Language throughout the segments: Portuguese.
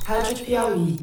Rádio Piauí.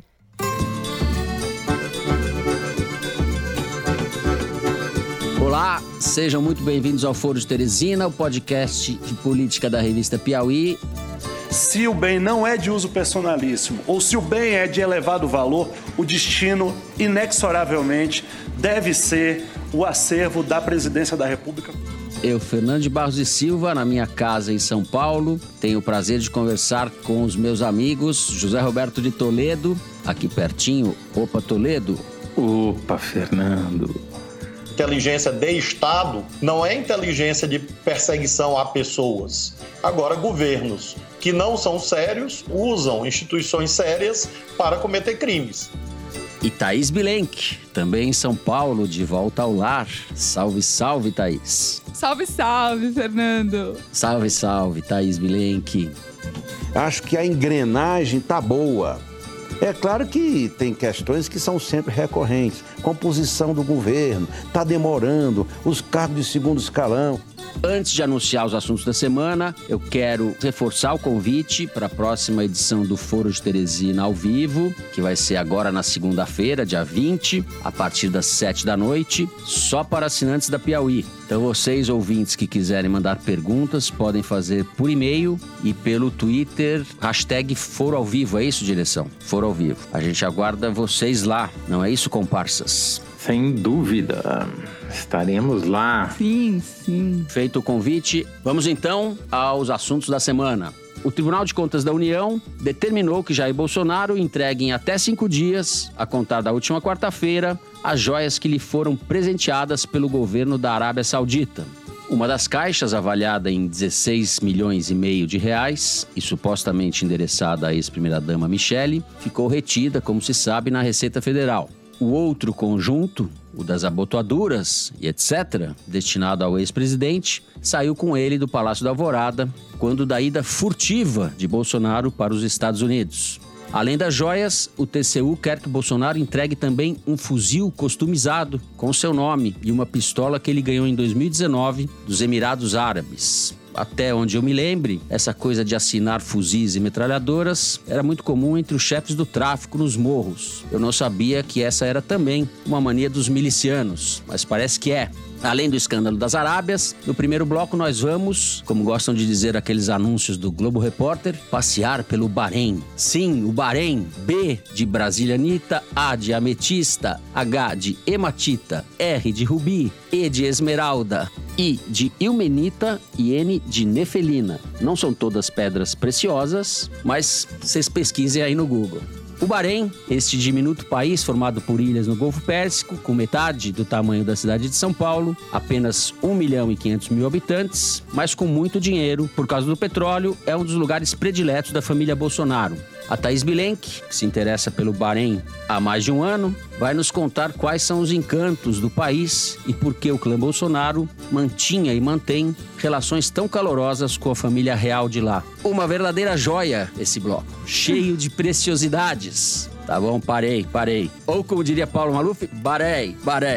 Olá, sejam muito bem-vindos ao Foro de Teresina, o podcast de política da revista Piauí. Se o bem não é de uso personalíssimo ou se o bem é de elevado valor, o destino, inexoravelmente, deve ser o acervo da Presidência da República. Eu, Fernando de Barros e Silva, na minha casa em São Paulo, tenho o prazer de conversar com os meus amigos José Roberto de Toledo, aqui pertinho. Opa, Toledo. Opa, Fernando. Inteligência de Estado não é inteligência de perseguição a pessoas. Agora, governos que não são sérios usam instituições sérias para cometer crimes. E Thaís Bilenque, também em São Paulo, de volta ao lar. Salve, salve, Thaís. Salve, salve, Fernando. Salve, salve, Thaís Bilenque. Acho que a engrenagem tá boa. É claro que tem questões que são sempre recorrentes. Composição do governo, tá demorando, os cargos de segundo escalão. Antes de anunciar os assuntos da semana, eu quero reforçar o convite para a próxima edição do Foro de Teresina ao vivo, que vai ser agora na segunda-feira, dia 20, a partir das 7 da noite, só para assinantes da Piauí. Então vocês, ouvintes que quiserem mandar perguntas, podem fazer por e-mail e pelo Twitter, hashtag Foro ao Vivo, é isso, direção? Foro ao Vivo. A gente aguarda vocês lá, não é isso, comparsas? Sem dúvida, estaremos lá. Sim, sim. Feito o convite, vamos então aos assuntos da semana. O Tribunal de Contas da União determinou que Jair Bolsonaro entregue em até 5 dias, a contar da última quarta-feira, as joias que lhe foram presenteadas pelo governo da Arábia Saudita. Uma das caixas, avaliada em 16 milhões e meio de reais e supostamente endereçada à ex-primeira-dama Michele, ficou retida, como se sabe, na Receita Federal. O outro conjunto, o das abotoaduras e etc., destinado ao ex-presidente, saiu com ele do Palácio da Alvorada, quando da ida furtiva de Bolsonaro para os Estados Unidos. Além das joias, o TCU quer que Bolsonaro entregue também um fuzil customizado com seu nome e uma pistola que ele ganhou em 2019 dos Emirados Árabes. Até onde eu me lembre, essa coisa de assinar fuzis e metralhadoras era muito comum entre os chefes do tráfico nos morros. Eu não sabia que essa era também uma mania dos milicianos, mas parece que é. Além do escândalo das Arábias, no primeiro bloco nós vamos, como gostam de dizer aqueles anúncios do Globo Repórter, passear pelo Bahrein. Sim, o Bahrein. B de brasilianita, A de ametista, H de hematita, R de rubi, E de esmeralda, I de ilmenita e N de nefelina. Não são todas pedras preciosas, mas vocês pesquisem aí no Google. O Bahrein, este diminuto país formado por ilhas no Golfo Pérsico, com metade do tamanho da cidade de São Paulo, apenas 1.500.000 habitantes, mas com muito dinheiro, por causa do petróleo, é um dos lugares prediletos da família Bolsonaro. A Thaís Bilenque, que se interessa pelo Bahrein há mais de um ano, vai nos contar quais são os encantos do país e por que o clã Bolsonaro mantinha e mantém relações tão calorosas com a família real de lá. Uma verdadeira joia esse bloco, cheio de preciosidades. Tá bom, parei. Ou como diria Paulo Maluf, barei.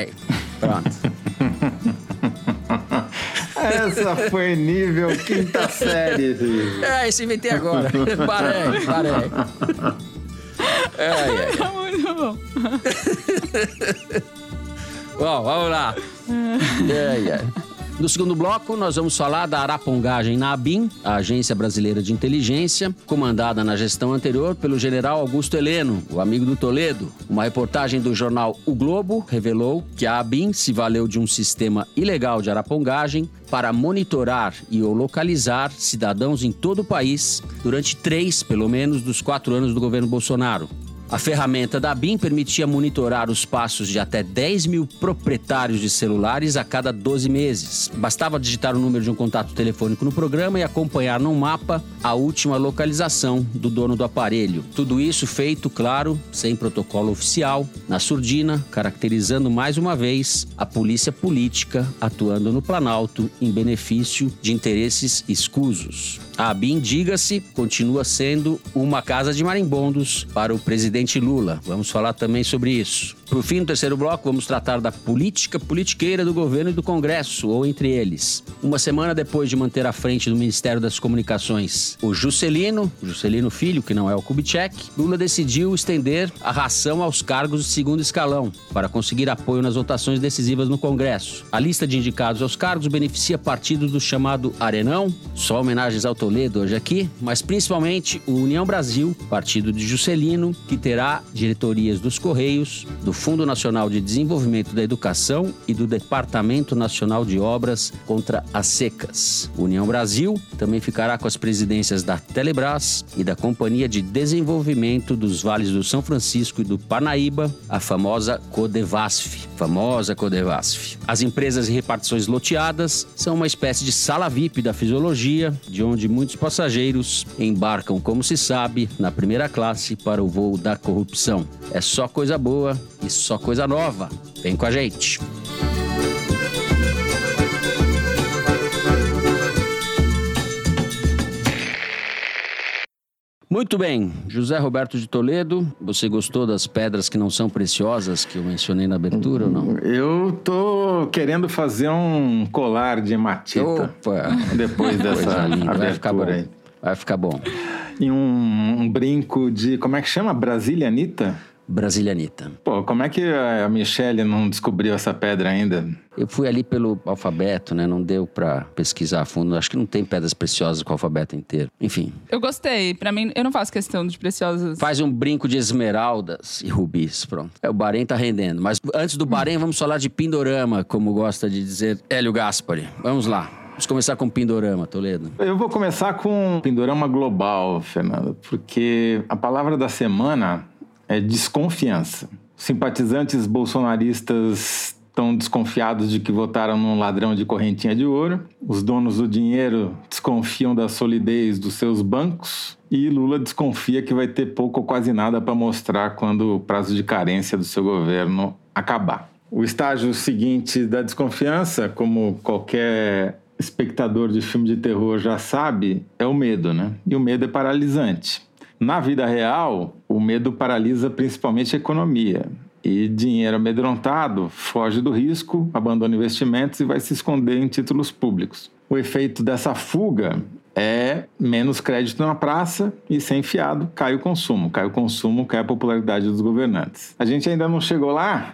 Pronto. Essa foi nível quinta série, filho. Isso inventei agora. Parei. Muito bom. Bom, vamos lá. No segundo bloco, nós vamos falar da arapongagem na ABIN, a Agência Brasileira de Inteligência, comandada na gestão anterior pelo general Augusto Heleno, o amigo do Toledo. Uma reportagem do jornal O Globo revelou que a ABIN se valeu de um sistema ilegal de arapongagem para monitorar e ou localizar cidadãos em todo o país durante 3, pelo menos, dos 4 anos do governo Bolsonaro. A ferramenta da ABIN permitia monitorar os passos de até 10 mil proprietários de celulares a cada 12 meses. Bastava digitar o número de um contato telefônico no programa e acompanhar no mapa a última localização do dono do aparelho. Tudo isso feito, claro, sem protocolo oficial, na surdina, caracterizando mais uma vez a polícia política atuando no Planalto em benefício de interesses escusos. A ABIN, diga-se, continua sendo uma casa de marimbondos para o presidente Lula. Vamos falar também sobre isso. Por fim, no terceiro bloco, vamos tratar da política politiqueira do governo e do Congresso, ou entre eles. Uma semana depois de manter à frente do Ministério das Comunicações o Juscelino Filho, que não é o Kubitschek, Lula decidiu estender a ração aos cargos de segundo escalão, para conseguir apoio nas votações decisivas no Congresso. A lista de indicados aos cargos beneficia partidos do chamado Arenão, só homenagens ao Toledo hoje aqui, mas principalmente o União Brasil, partido de Juscelino, que terá diretorias dos Correios, do Fundo Nacional de Desenvolvimento da Educação e do Departamento Nacional de Obras contra as Secas. União Brasil também ficará com as presidências da Telebrás e da Companhia de Desenvolvimento dos Vales do São Francisco e do Parnaíba, a famosa Codevasf. As empresas e repartições loteadas são uma espécie de sala VIP da fisiologia, de onde muitos passageiros embarcam, como se sabe, na primeira classe para o voo da corrupção. É só coisa boa e só coisa nova. Vem com a gente. Muito bem, José Roberto de Toledo, você gostou das pedras que não são preciosas que eu mencionei na abertura ou não? Eu tô querendo fazer um colar de hematita. Opa! Depois dessa linda, abertura aí. Vai ficar bom. E um brinco de, como é que chama? Brasilianita? Brasilianita. Pô, como é que a Michelle não descobriu essa pedra ainda? Eu fui ali pelo alfabeto, né? Não deu pra pesquisar a fundo. Acho que não tem pedras preciosas com o alfabeto inteiro. Enfim. Eu gostei. Pra mim, eu não faço questão de preciosas. Faz um brinco de esmeraldas e rubis, pronto. O Bahrein tá rendendo. Mas antes do Bahrein, vamos falar de Pindorama, como gosta de dizer Hélio Gaspari. Vamos lá. Vamos começar com Pindorama, Toledo. Eu vou começar com Pindorama global, Fernando, porque a palavra da semana é desconfiança. Simpatizantes bolsonaristas estão desconfiados de que votaram num ladrão de correntinha de ouro. Os donos do dinheiro desconfiam da solidez dos seus bancos. E Lula desconfia que vai ter pouco ou quase nada para mostrar quando o prazo de carência do seu governo acabar. O estágio seguinte da desconfiança, como qualquer espectador de filme de terror já sabe, é o medo, né? E o medo é paralisante. Na vida real, o medo paralisa principalmente a economia. E dinheiro amedrontado foge do risco, abandona investimentos e vai se esconder em títulos públicos. O efeito dessa fuga é menos crédito na praça e, sem fiado, cai o consumo. Cai o consumo, cai a popularidade dos governantes. A gente ainda não chegou lá,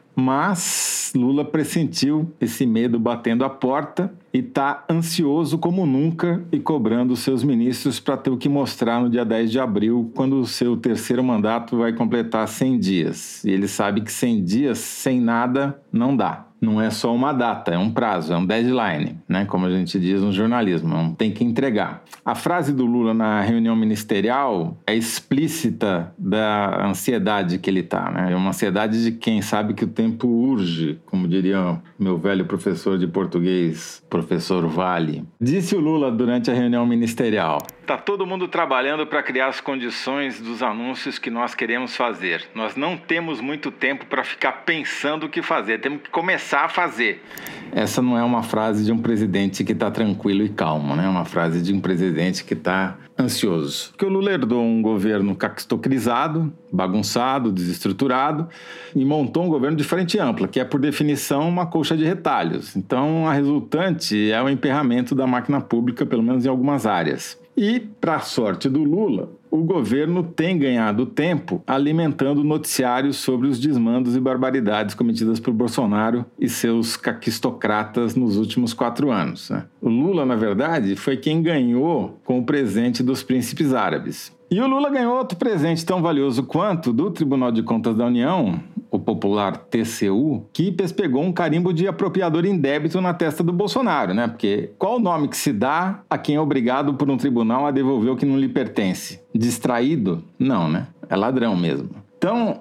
mas Lula pressentiu esse medo batendo a porta e está ansioso como nunca e cobrando seus ministros para ter o que mostrar no dia 10 de abril, quando o seu terceiro mandato vai completar 100 dias. E ele sabe que 100 dias sem nada não dá. Não é só uma data, é um prazo, é um deadline, né? Como a gente diz no jornalismo, tem que entregar. A frase do Lula na reunião ministerial é explícita da ansiedade que ele está, né? É uma ansiedade de quem sabe que o tempo urge, como diria meu velho professor de português, professor Vale. Disse o Lula durante a reunião ministerial: "Tá todo mundo trabalhando para criar as condições dos anúncios que nós queremos fazer. Nós não temos muito tempo para ficar pensando o que fazer, temos que começar a fazer." Essa não é uma frase de um presidente que está tranquilo e calmo, né? É uma frase de um presidente que está ansioso. Porque o Lula herdou um governo caquistocrizado, bagunçado, desestruturado, e montou um governo de frente ampla, que é, por definição, uma colcha de retalhos. Então, a resultante é o emperramento da máquina pública, pelo menos em algumas áreas. E, para a sorte do Lula, o governo tem ganhado tempo alimentando noticiários sobre os desmandos e barbaridades cometidas por Bolsonaro e seus caquistocratas nos últimos 4 anos, né? O Lula, na verdade, foi quem ganhou com o presente dos príncipes árabes. E o Lula ganhou outro presente tão valioso quanto do Tribunal de Contas da União, o popular TCU, que pegou um carimbo de apropriador indébito na testa do Bolsonaro, né? Porque qual o nome que se dá a quem é obrigado por um tribunal a devolver o que não lhe pertence? Distraído? Não, né? É ladrão mesmo. Então,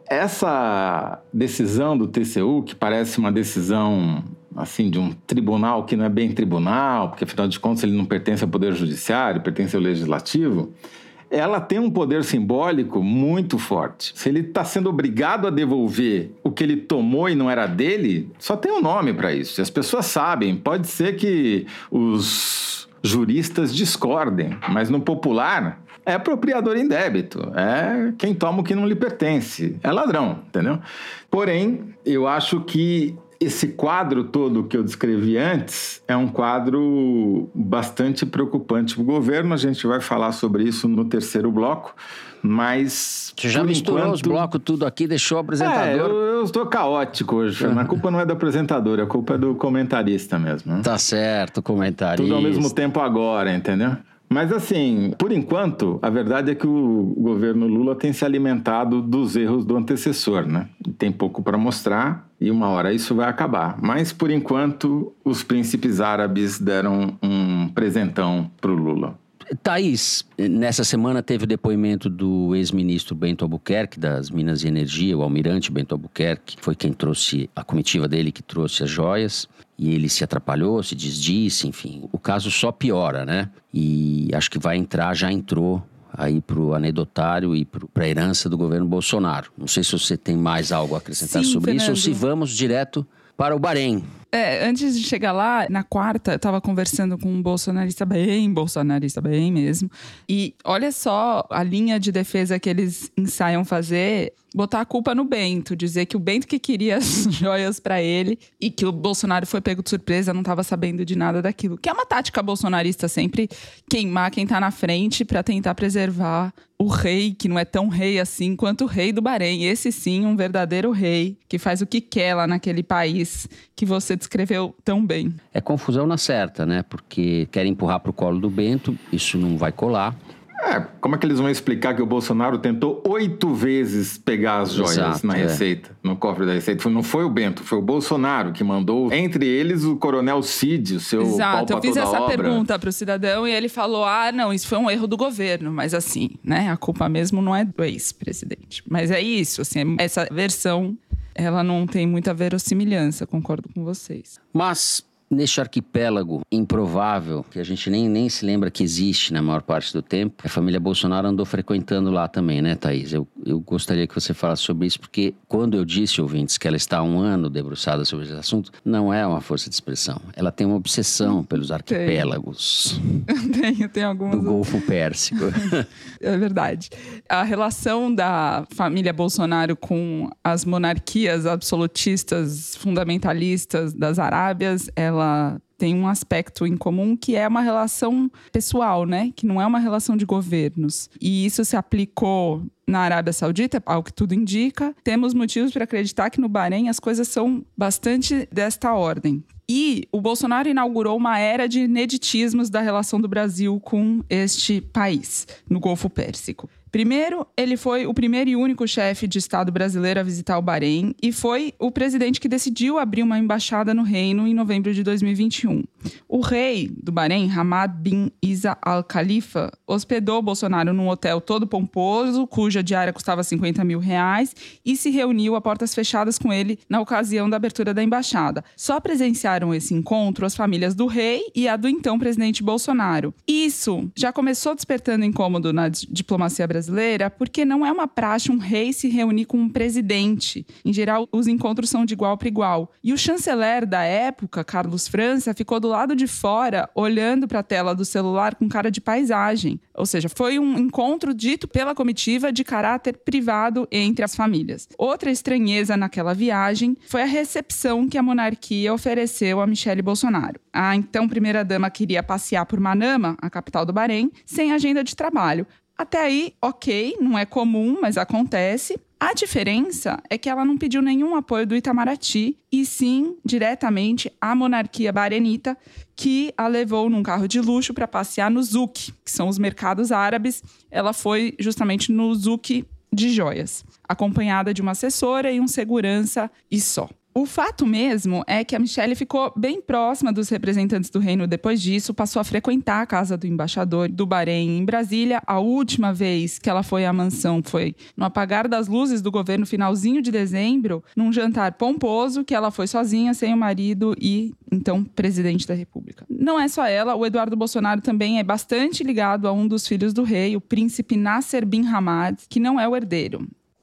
essa decisão do TCU, que parece uma decisão assim, de um tribunal que não é bem tribunal, porque afinal de contas ele não pertence ao Poder Judiciário, pertence ao Legislativo, ela tem um poder simbólico muito forte. Se ele está sendo obrigado a devolver o que ele tomou e não era dele, só tem um nome para isso. E as pessoas sabem. Pode ser que os juristas discordem, mas no popular é apropriador em débito, é quem toma o que não lhe pertence, é ladrão, entendeu? Porém, eu acho que esse quadro todo que eu descrevi antes é um quadro bastante preocupante para o governo. A gente vai falar sobre isso no terceiro bloco, mas... Você já misturou os blocos tudo aqui, deixou o apresentador... eu estou caótico hoje. A culpa não é do apresentador, a culpa é do comentarista mesmo. Né? Tá certo, comentarista. Tudo ao mesmo tempo agora, entendeu? Mas assim, por enquanto, a verdade é que o governo Lula tem se alimentado dos erros do antecessor, né? Tem pouco para mostrar e uma hora isso vai acabar. Mas, por enquanto, os príncipes árabes deram um presentão pro Lula. Thaís, nessa semana teve o depoimento do ex-ministro Bento Albuquerque, das Minas e Energia, o almirante Bento Albuquerque, foi quem trouxe, a comitiva dele que trouxe as joias, e ele se atrapalhou, se desdisse, enfim. O caso só piora, né? E acho que vai entrar, já entrou aí pro anedotário e pra herança do governo Bolsonaro. Não sei se você tem mais algo a acrescentar sobre Fernando. isso ou se vamos direto para o Bahrein. Antes de chegar lá, na quarta, eu tava conversando com um bolsonarista bem mesmo. E olha só a linha de defesa que eles ensaiam fazer, botar a culpa no Bento, dizer que o Bento que queria as joias pra ele e que o Bolsonaro foi pego de surpresa, não tava sabendo de nada daquilo. Que é uma tática bolsonarista sempre queimar quem tá na frente pra tentar preservar o rei, que não é tão rei assim quanto o rei do Bahrein. Esse sim, um verdadeiro rei, que faz o que quer lá naquele país que você descreveu tão bem. É confusão na certa, né? Porque querem empurrar pro colo do Bento, isso não vai colar. Como é que eles vão explicar que o Bolsonaro tentou 8 vezes pegar as joias Exato, na Receita, no cofre da Receita? Não foi o Bento, foi o Bolsonaro que mandou, entre eles, o coronel Cid, o seu pau pra toda obra. Eu fiz essa pergunta pro cidadão e ele falou, não, isso foi um erro do governo. Mas assim, né, a culpa mesmo não é do ex-presidente. Mas é isso, assim, essa versão, ela não tem muita verossimilhança, concordo com vocês. Mas neste arquipélago improvável, que a gente nem se lembra que existe na maior parte do tempo, a família Bolsonaro andou frequentando lá também, né, Thaís? Eu gostaria que você falasse sobre isso, porque quando eu disse, ouvintes, que ela está há 1 ano debruçada sobre esse assunto, não é uma força de expressão. Ela tem uma obsessão pelos arquipélagos. Tem algumas... Do Golfo Pérsico. É verdade. A relação da família Bolsonaro com as monarquias absolutistas, fundamentalistas das Arábias, ela tem um aspecto em comum que é uma relação pessoal, né? Que não é uma relação de governos. E isso se aplicou na Arábia Saudita, ao que tudo indica. Temos motivos para acreditar que no Bahrein as coisas são bastante desta ordem. E o Bolsonaro inaugurou uma era de ineditismos da relação do Brasil com este país, no Golfo Pérsico. Primeiro, ele foi o primeiro e único chefe de Estado brasileiro a visitar o Bahrein e foi o presidente que decidiu abrir uma embaixada no reino em novembro de 2021. O rei do Bahrein, Hamad bin Isa Al Khalifa, hospedou Bolsonaro num hotel todo pomposo, cuja diária custava R$50 mil, e se reuniu a portas fechadas com ele na ocasião da abertura da embaixada. Só presenciaram esse encontro as famílias do rei e a do então presidente Bolsonaro. Isso já começou despertando incômodo na diplomacia brasileira, porque não é uma praxe um rei se reunir com um presidente. Em geral, os encontros são de igual para igual. E o chanceler da época, Carlos França, ficou do lado de fora, olhando para a tela do celular com cara de paisagem. Ou seja, foi um encontro dito pela comitiva de caráter privado entre as famílias. Outra estranheza naquela viagem foi a recepção que a monarquia ofereceu a Michele Bolsonaro. A então primeira-dama queria passear por Manama, a capital do Bahrein, sem agenda de trabalho. Até aí, ok, não é comum, mas acontece. A diferença é que ela não pediu nenhum apoio do Itamaraty, e sim, diretamente, à monarquia bahrenita, que a levou num carro de luxo para passear no Zouk, que são os mercados árabes. Ela foi justamente no Zouk de joias, acompanhada de uma assessora e um segurança e só. O fato mesmo é que a Michele ficou bem próxima dos representantes do reino depois disso, passou a frequentar a casa do embaixador do Bahrein em Brasília. A última vez que ela foi à mansão foi no apagar das luzes do governo finalzinho de dezembro, num jantar pomposo que ela foi sozinha, sem o marido e, então, presidente da República. Não é só ela, o Eduardo Bolsonaro também é bastante ligado a um dos filhos do rei, o príncipe Nasser bin Hamad, que não é o herdeiro.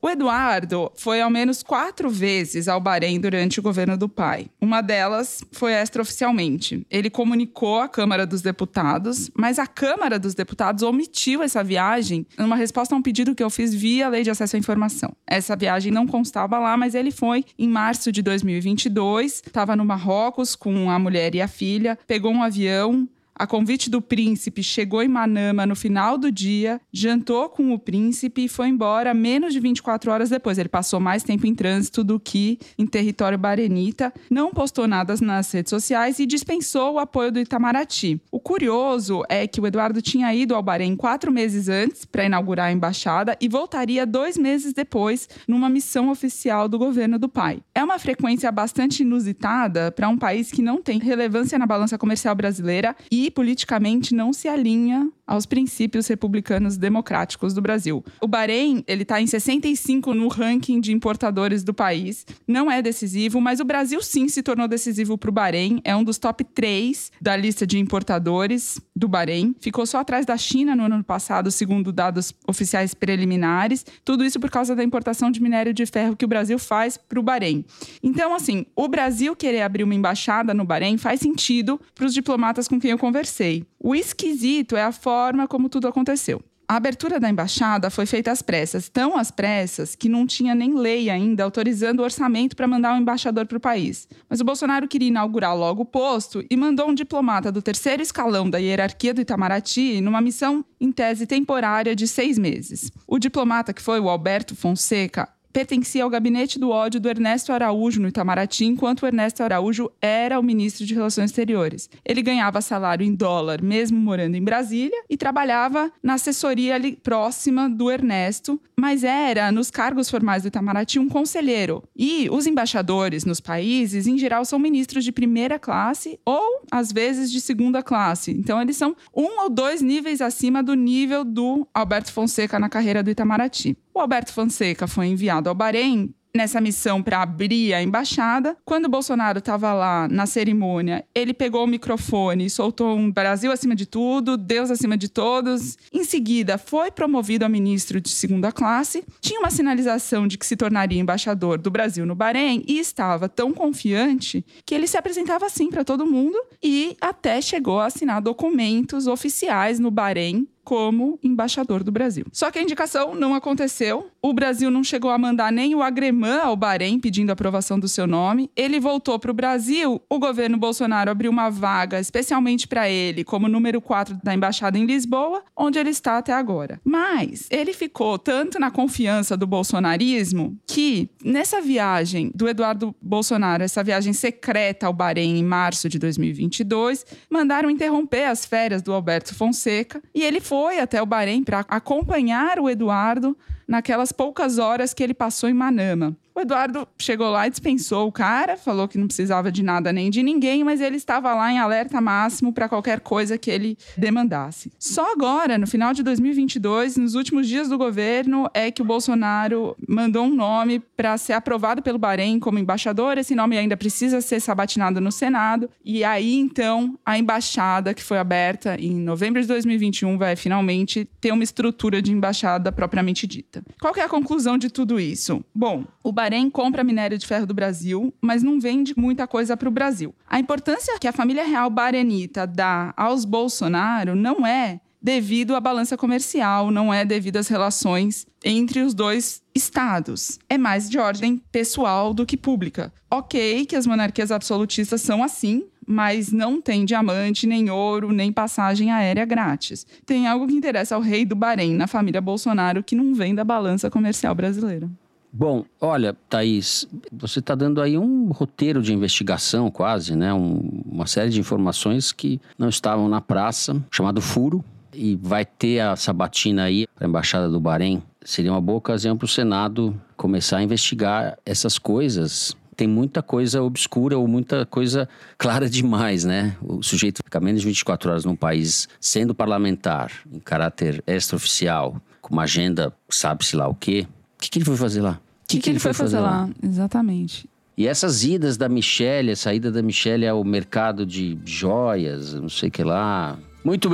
O Eduardo foi ao menos 4 vezes ao Bahrein durante o governo do pai. Uma delas foi extraoficialmente. Ele comunicou à Câmara dos Deputados, mas a Câmara dos Deputados omitiu essa viagem numa resposta a um pedido que eu fiz via Lei de Acesso à Informação. Essa viagem não constava lá, mas ele foi em março de 2022, estava no Marrocos com a mulher e a filha, pegou um avião. A convite do príncipe, chegou em Manama no final do dia, jantou com o príncipe e foi embora menos de 24 horas depois. Ele passou mais tempo em trânsito do que em território bahrenita, não postou nada nas redes sociais e dispensou o apoio do Itamaraty. O curioso é que o Eduardo tinha ido ao Bahrein 4 meses antes para inaugurar a embaixada e voltaria 2 meses depois numa missão oficial do governo do pai. É uma frequência bastante inusitada para um país que não tem relevância na balança comercial brasileira e politicamente não se alinha aos princípios republicanos democráticos do Brasil. O Bahrein, ele está em 65 no ranking de importadores do país. Não é decisivo, mas o Brasil sim se tornou decisivo para o Bahrein. É um dos top 3 da lista de importadores do Bahrein. Ficou só atrás da China no ano passado, segundo dados oficiais preliminares. Tudo isso por causa da importação de minério de ferro que o Brasil faz para o Bahrein. Então, assim, o Brasil querer abrir uma embaixada no Bahrein faz sentido para os diplomatas com quem eu conversei. O esquisito é a forma como tudo aconteceu. A abertura da embaixada foi feita às pressas, tão às pressas que não tinha nem lei ainda autorizando o orçamento para mandar um embaixador para o país. Mas o Bolsonaro queria inaugurar logo o posto e mandou um diplomata do 3º escalão da hierarquia do Itamaraty numa missão, em tese, temporária de 6 meses. O diplomata, que foi o Alberto Fonseca, pertencia ao gabinete do ódio do Ernesto Araújo no Itamaraty, enquanto o Ernesto Araújo era o ministro de Relações Exteriores. Ele ganhava salário em dólar, mesmo morando em Brasília, e trabalhava na assessoria ali próxima do Ernesto, mas era, nos cargos formais do Itamaraty, um conselheiro. E os embaixadores nos países, em geral, são ministros de primeira classe ou, às vezes, de segunda classe. Então, eles são 1 ou 2 níveis acima do nível do Alberto Fonseca na carreira do Itamaraty. O Alberto Fonseca foi enviado ao Bahrein nessa missão para abrir a embaixada. Quando o Bolsonaro estava lá na cerimônia, ele pegou o microfone e soltou um Brasil acima de tudo, Deus acima de todos. Em seguida, foi promovido a ministro de segunda classe, tinha uma sinalização de que se tornaria embaixador do Brasil no Bahrein e estava tão confiante que ele se apresentava assim para todo mundo e até chegou a assinar documentos oficiais no Bahrein como embaixador do Brasil. Só que a indicação não aconteceu. O Brasil não chegou a mandar nem o agremã ao Bahrein pedindo aprovação do seu nome. Ele voltou para o Brasil. O governo Bolsonaro abriu uma vaga especialmente para ele como número 4 da embaixada em Lisboa, onde ele está até agora. Mas ele ficou tanto na confiança do bolsonarismo que nessa viagem do Eduardo Bolsonaro, essa viagem secreta ao Bahrein em março de 2022, mandaram interromper as férias do Alberto Fonseca e ele foi até o Bahrein para acompanhar o Eduardo naquelas poucas horas que ele passou em Manama. O Eduardo chegou lá e dispensou o cara, falou que não precisava de nada nem de ninguém, mas ele estava lá em alerta máximo para qualquer coisa que ele demandasse. Só agora, no final de 2022, nos últimos dias do governo, é que o Bolsonaro mandou um nome para ser aprovado pelo Bahrein como embaixador. Esse nome ainda precisa ser sabatinado no Senado. E aí, então, a embaixada que foi aberta em novembro de 2021 vai finalmente ter uma estrutura de embaixada propriamente dita. Qual que é a conclusão de tudo isso? Bom, o Bahrein compra minério de ferro do Brasil, mas não vende muita coisa para o Brasil. A importância que a família real bahrenita dá aos Bolsonaro não é devido à balança comercial, não é devido às relações entre os dois estados. É mais de ordem pessoal do que pública. Ok que as monarquias absolutistas são assim, mas não tem diamante, nem ouro, nem passagem aérea grátis. Tem algo que interessa ao rei do Bahrein, na família Bolsonaro, que não vem da balança comercial brasileira. Bom, olha, Thaís, você está dando aí um roteiro de investigação quase, né? Uma série de informações que não estavam na praça, chamado furo, e vai ter a sabatina aí para a Embaixada do Bahrein. Seria uma boa ocasião para o Senado começar a investigar essas coisas. Tem muita coisa obscura ou muita coisa clara demais, né? O sujeito fica menos de 24 horas num país sendo parlamentar, em caráter extraoficial, com uma agenda sabe-se lá o quê. O que ele foi fazer lá? O que ele foi fazer lá? Exatamente. E essas idas da Michelle, essa ida da Michelle ao mercado de joias, não sei o que lá. Muito bem.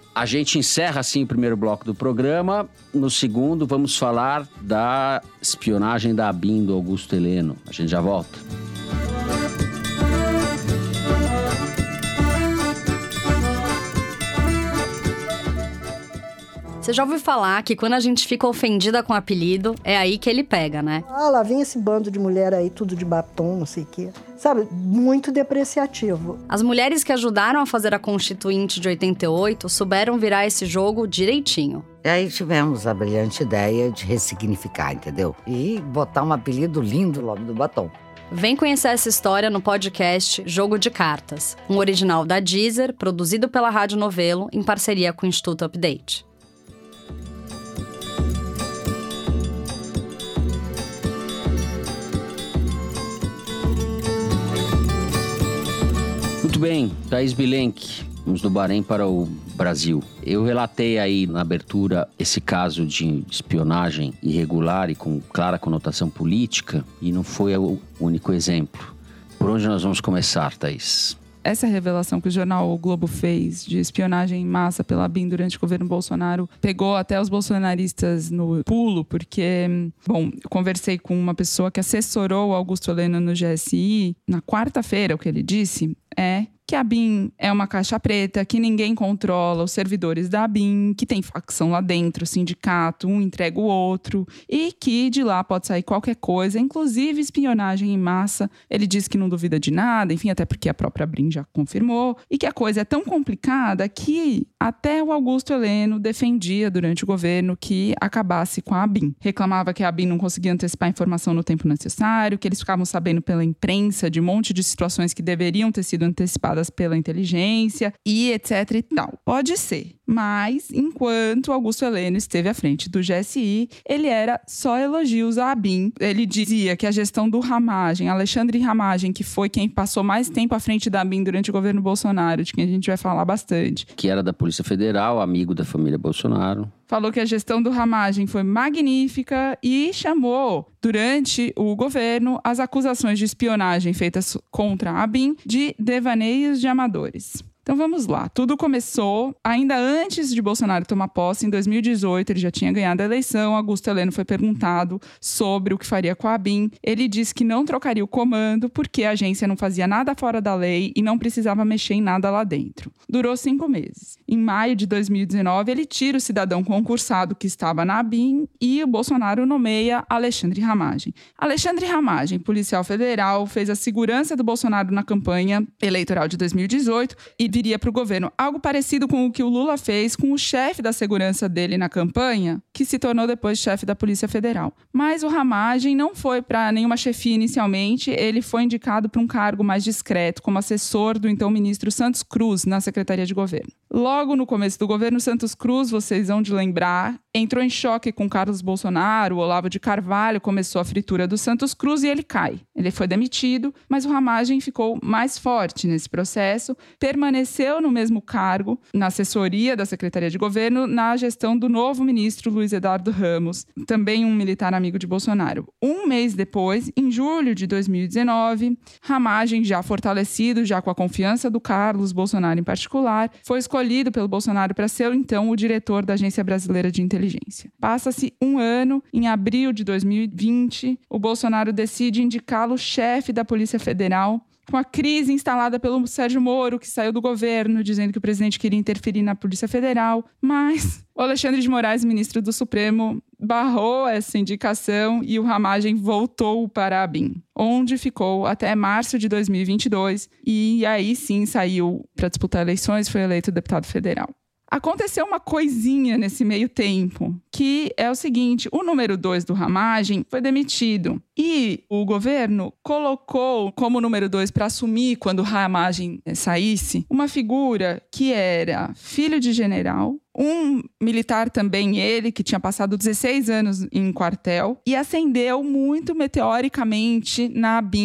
A gente encerra assim o primeiro bloco do programa. No segundo, vamos falar da espionagem da ABIN do Augusto Heleno. A gente já volta. Você já ouviu falar que quando a gente fica ofendida com o apelido, é aí que ele pega, né? Ah, lá vem esse bando de mulher aí, tudo de batom, não sei o quê. Sabe, muito depreciativo. As mulheres que ajudaram a fazer a Constituinte de 88 souberam virar esse jogo direitinho. E aí tivemos a brilhante ideia de ressignificar, entendeu? E botar um apelido lindo logo do batom. Vem conhecer essa história no podcast Jogo de Cartas, um original da Deezer, produzido pela Rádio Novelo, em parceria com o Instituto Update. Muito bem, Thaís Bilenque, vamos do Bahrein para o Brasil. Eu relatei aí na abertura esse caso de espionagem irregular e com clara conotação política, e não foi o único exemplo. Por onde nós vamos começar, Thaís? Essa revelação que o jornal O Globo fez de espionagem em massa pela ABIN durante o governo Bolsonaro pegou até os bolsonaristas no pulo, porque, bom, eu conversei com uma pessoa que assessorou o Augusto Heleno no GSI. Na quarta-feira, o que ele disse é que a ABIN é uma caixa preta, que ninguém controla os servidores da ABIN, que tem facção lá dentro, sindicato, um entrega o outro, e que de lá pode sair qualquer coisa, inclusive espionagem em massa. Ele disse que não duvida de nada, enfim, até porque a própria ABIN já confirmou, e que a coisa é tão complicada que até o Augusto Heleno defendia durante o governo que acabasse com a ABIN. Reclamava que a ABIN não conseguia antecipar a informação no tempo necessário, que eles ficavam sabendo pela imprensa de um monte de situações que deveriam ter sido antecipadas pela inteligência e etc e tal. Pode ser, mas enquanto Augusto Heleno esteve à frente do GSI, ele era só elogios à ABIN. Ele dizia que a gestão do Ramagem, Alexandre Ramagem, que foi quem passou mais tempo à frente da ABIN durante o governo Bolsonaro, de quem a gente vai falar bastante. Que era da Polícia Federal, amigo da família Bolsonaro. Falou que a gestão do Ramagem foi magnífica e chamou, durante o governo, as acusações de espionagem feitas contra a ABIN de devaneios de amadores. Então vamos lá, tudo começou ainda antes de Bolsonaro tomar posse, em 2018, ele já tinha ganhado a eleição. Augusto Heleno foi perguntado sobre o que faria com a ABIN. Ele disse que não trocaria o comando porque a agência não fazia nada fora da lei e não precisava mexer em nada lá dentro. Durou 5 meses. Em maio de 2019, ele tira o cidadão concursado que estava na ABIN e o Bolsonaro nomeia Alexandre Ramagem. Alexandre Ramagem, policial federal, fez a segurança do Bolsonaro na campanha eleitoral de 2018 e viria para o governo. Algo parecido com o que o Lula fez com o chefe da segurança dele na campanha, que se tornou depois chefe da Polícia Federal. Mas o Ramagem não foi para nenhuma chefia inicialmente, ele foi indicado para um cargo mais discreto, como assessor do então ministro Santos Cruz, na Secretaria de Governo. Logo no começo do governo, Santos Cruz, vocês vão de lembrar, entrou em choque com Carlos Bolsonaro, o Olavo de Carvalho começou a fritura do Santos Cruz e ele cai. Ele foi demitido, mas o Ramagem ficou mais forte nesse processo, permaneceu no mesmo cargo, na assessoria da Secretaria de Governo, na gestão do novo ministro Luiz Eduardo Ramos, também um militar amigo de Bolsonaro. Um mês depois, em julho de 2019, Ramagem, já fortalecido, já com a confiança do Carlos Bolsonaro em particular, foi escolhido pelo Bolsonaro para ser, então, o diretor da Agência Brasileira de Inteligência. Passa-se um ano, em abril de 2020, o Bolsonaro decide indicá-lo chefe da Polícia Federal, com a crise instalada pelo Sérgio Moro, que saiu do governo, dizendo que o presidente queria interferir na Polícia Federal. Mas o Alexandre de Moraes, ministro do Supremo, barrou essa indicação e o Ramagem voltou para a ABIN, onde ficou até março de 2022. E aí sim saiu para disputar eleições, foi eleito deputado federal. Aconteceu uma coisinha nesse meio tempo, que é o seguinte: o número 2 do Ramagem foi demitido e o governo colocou como número 2 para assumir quando o Ramagem saísse uma figura que era filho de general, um militar também ele, que tinha passado 16 anos em quartel e ascendeu muito meteoricamente na ABIN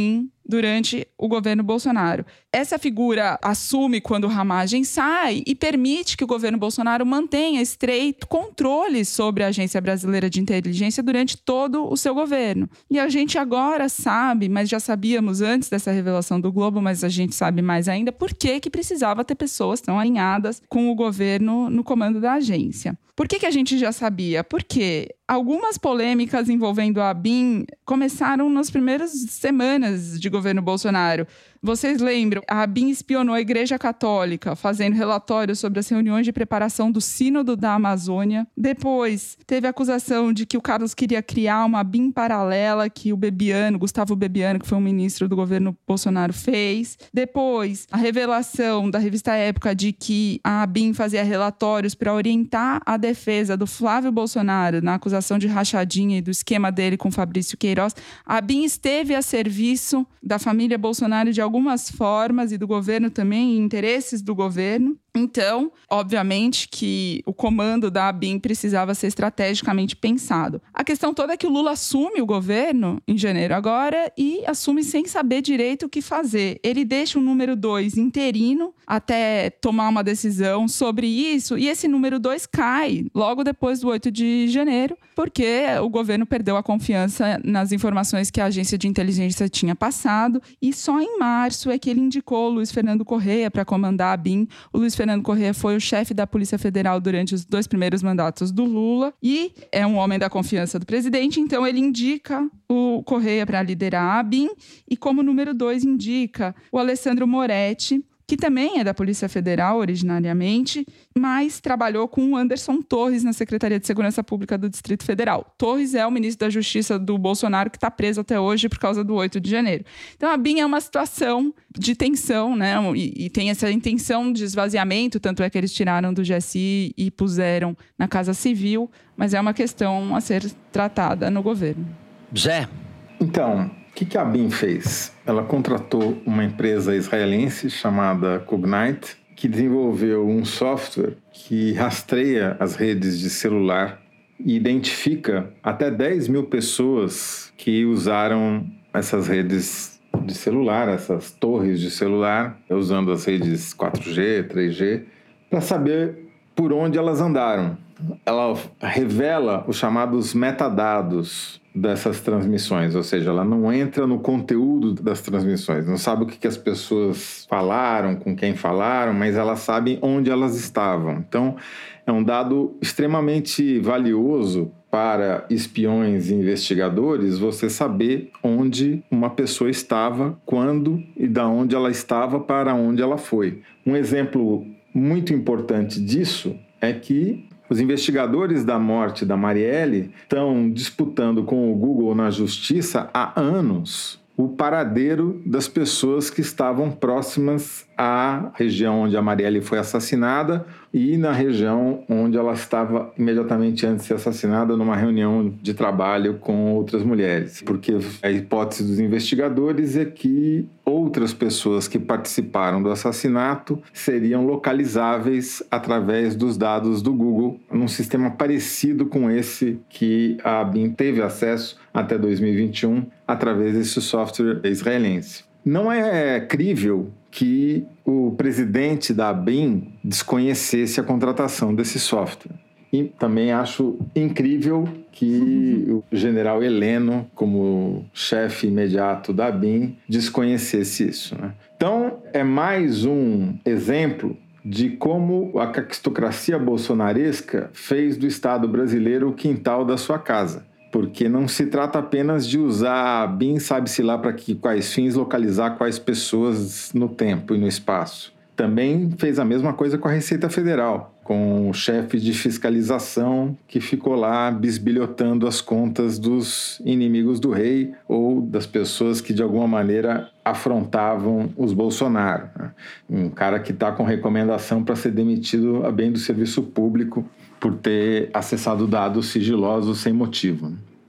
durante o governo Bolsonaro. Essa figura assume quando o Ramagem sai e permite que o governo Bolsonaro mantenha estreito controle sobre a Agência Brasileira de Inteligência durante todo o seu governo. E a gente agora sabe, mas já sabíamos antes dessa revelação do Globo, mas a gente sabe mais ainda, por que precisava ter pessoas tão alinhadas com o governo no comando da agência. Por que a gente já sabia? Porque algumas polêmicas envolvendo a ABIN começaram nas primeiras semanas de governo Bolsonaro. Vocês lembram? A ABIN espionou a Igreja Católica, fazendo relatórios sobre as reuniões de preparação do Sínodo da Amazônia. Depois, teve a acusação de que o Carlos queria criar uma ABIN paralela que o Bebiano, Gustavo Bebiano, que foi um ministro do governo Bolsonaro, fez. Depois, a revelação da revista Época de que a ABIN fazia relatórios para orientar a defesa do Flávio Bolsonaro na acusação de rachadinha e do esquema dele com Fabrício Queiroz. A ABIN esteve a serviço da família Bolsonaro de algumas formas e do governo também, interesses do governo. Então, obviamente que o comando da ABIN precisava ser estrategicamente pensado. A questão toda é que o Lula assume o governo em janeiro agora e assume sem saber direito o que fazer. Ele deixa o número 2 interino até tomar uma decisão sobre isso e esse número 2 cai logo depois do 8 de janeiro, porque o governo perdeu a confiança nas informações que a agência de inteligência tinha passado e só em março é que ele indicou o Luiz Fernando Correia para comandar a ABIN. O Luiz Fernando Correia foi o chefe da Polícia Federal durante os 2 primeiros mandatos do Lula e é um homem da confiança do presidente, então ele indica o Correia para liderar a ABIN e como número 2 indica o Alessandro Moretti, que também é da Polícia Federal originariamente, mas trabalhou com o Anderson Torres na Secretaria de Segurança Pública do Distrito Federal. Torres é o ministro da Justiça do Bolsonaro que está preso até hoje por causa do 8 de janeiro. Então, a ABIN é uma situação de tensão, né? E tem essa intenção de esvaziamento, tanto é que eles tiraram do GSI e puseram na Casa Civil, mas é uma questão a ser tratada no governo. Zé. Então, o que a ABIN fez? Ela contratou uma empresa israelense chamada Cognite, que desenvolveu um software que rastreia as redes de celular e identifica até 10 mil pessoas que usaram essas redes de celular, essas torres de celular, usando as redes 4G, 3G, para saber por onde elas andaram. Ela revela os chamados metadados dessas transmissões, ou seja, ela não entra no conteúdo das transmissões, não sabe o que as pessoas falaram, com quem falaram, mas ela sabe onde elas estavam. Então, é um dado extremamente valioso para espiões e investigadores você saber onde uma pessoa estava, quando e da onde ela estava para onde ela foi. Um exemplo muito importante disso é que os investigadores da morte da Marielle estão disputando com o Google na justiça há anos o paradeiro das pessoas que estavam próximas à região onde a Marielle foi assassinada e na região onde ela estava imediatamente antes de ser assassinada numa reunião de trabalho com outras mulheres. Porque a hipótese dos investigadores é que outras pessoas que participaram do assassinato seriam localizáveis através dos dados do Google, num sistema parecido com esse que a ABIN teve acesso até 2021 através desse software israelense. Não é crível que o presidente da ABIN desconhecesse a contratação desse software. E também acho incrível que o general Heleno, como chefe imediato da ABIN, desconhecesse isso, né? Então, é mais um exemplo de como a caquistocracia bolsonaresca fez do Estado brasileiro o quintal da sua casa. Porque não se trata apenas de usar a ABIN, sabe-se lá para quais fins, localizar quais pessoas no tempo e no espaço. Também fez a mesma coisa com a Receita Federal, com o chefe de fiscalização que ficou lá bisbilhotando as contas dos inimigos do rei ou das pessoas que de alguma maneira afrontavam os Bolsonaro, né? Um cara que está com recomendação para ser demitido a bem do serviço público por ter acessado dados sigilosos sem motivo.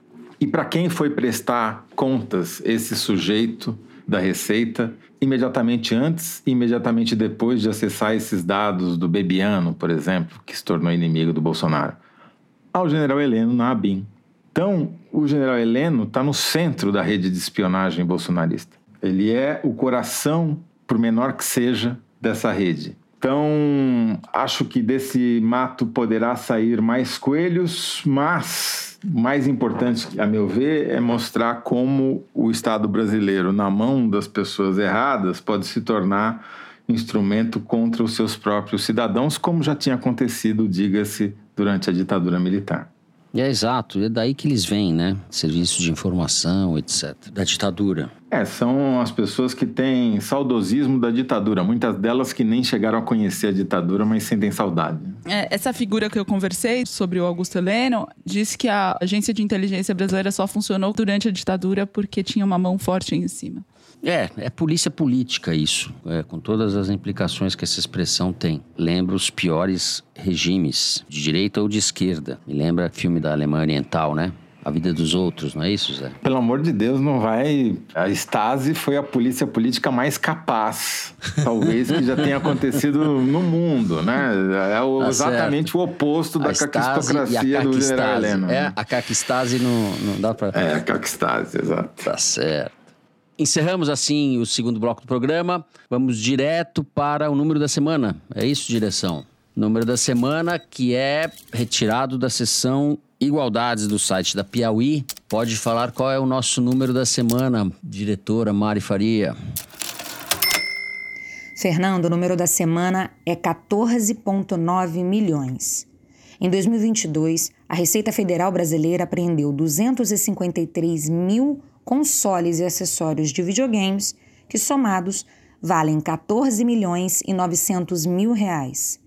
E para quem foi prestar contas esse sujeito da Receita, imediatamente antes e imediatamente depois de acessar esses dados do Bebiano, por exemplo, que se tornou inimigo do Bolsonaro? Ao general Heleno na ABIN. Então, o general Heleno está no centro da rede de espionagem bolsonarista. Ele é o coração, por menor que seja, dessa rede. Então, acho que desse mato poderá sair mais coelhos, mas o mais importante, a meu ver, é mostrar como o Estado brasileiro, na mão das pessoas erradas, pode se tornar instrumento contra os seus próprios cidadãos, como já tinha acontecido, diga-se, durante a ditadura militar. É exato, é daí que eles vêm, né? Serviços de informação, etc. Da ditadura. São as pessoas que têm saudosismo da ditadura. Muitas delas que nem chegaram a conhecer a ditadura, mas sentem saudade. Essa figura que eu conversei sobre o Augusto Heleno disse que a agência de inteligência brasileira só funcionou durante a ditadura porque tinha uma mão forte em cima. É polícia política isso, com todas as implicações que essa expressão tem. Lembra os piores regimes, de direita ou de esquerda. Me lembra filme da Alemanha Oriental, né? A vida dos outros, não é isso, Zé? Pelo amor de Deus, não vai... A Stasi foi a polícia política mais capaz, talvez, que já tenha acontecido no mundo, né? Exatamente certo. O oposto da caquistocracia do general Heleno. A caquistase não dá pra... a caquistase, exato. Tá certo. Encerramos assim o segundo bloco do programa. Vamos direto para o número da semana. É isso, direção? Número da semana que é retirado da seção Igualdades do site da Piauí. Pode falar qual é o nosso número da semana, diretora Mari Faria. Fernando, o número da semana é 14,9 milhões. Em 2022, a Receita Federal Brasileira apreendeu 253 mil consoles e acessórios de videogames que, somados, valem 14 milhões e 900 mil reais.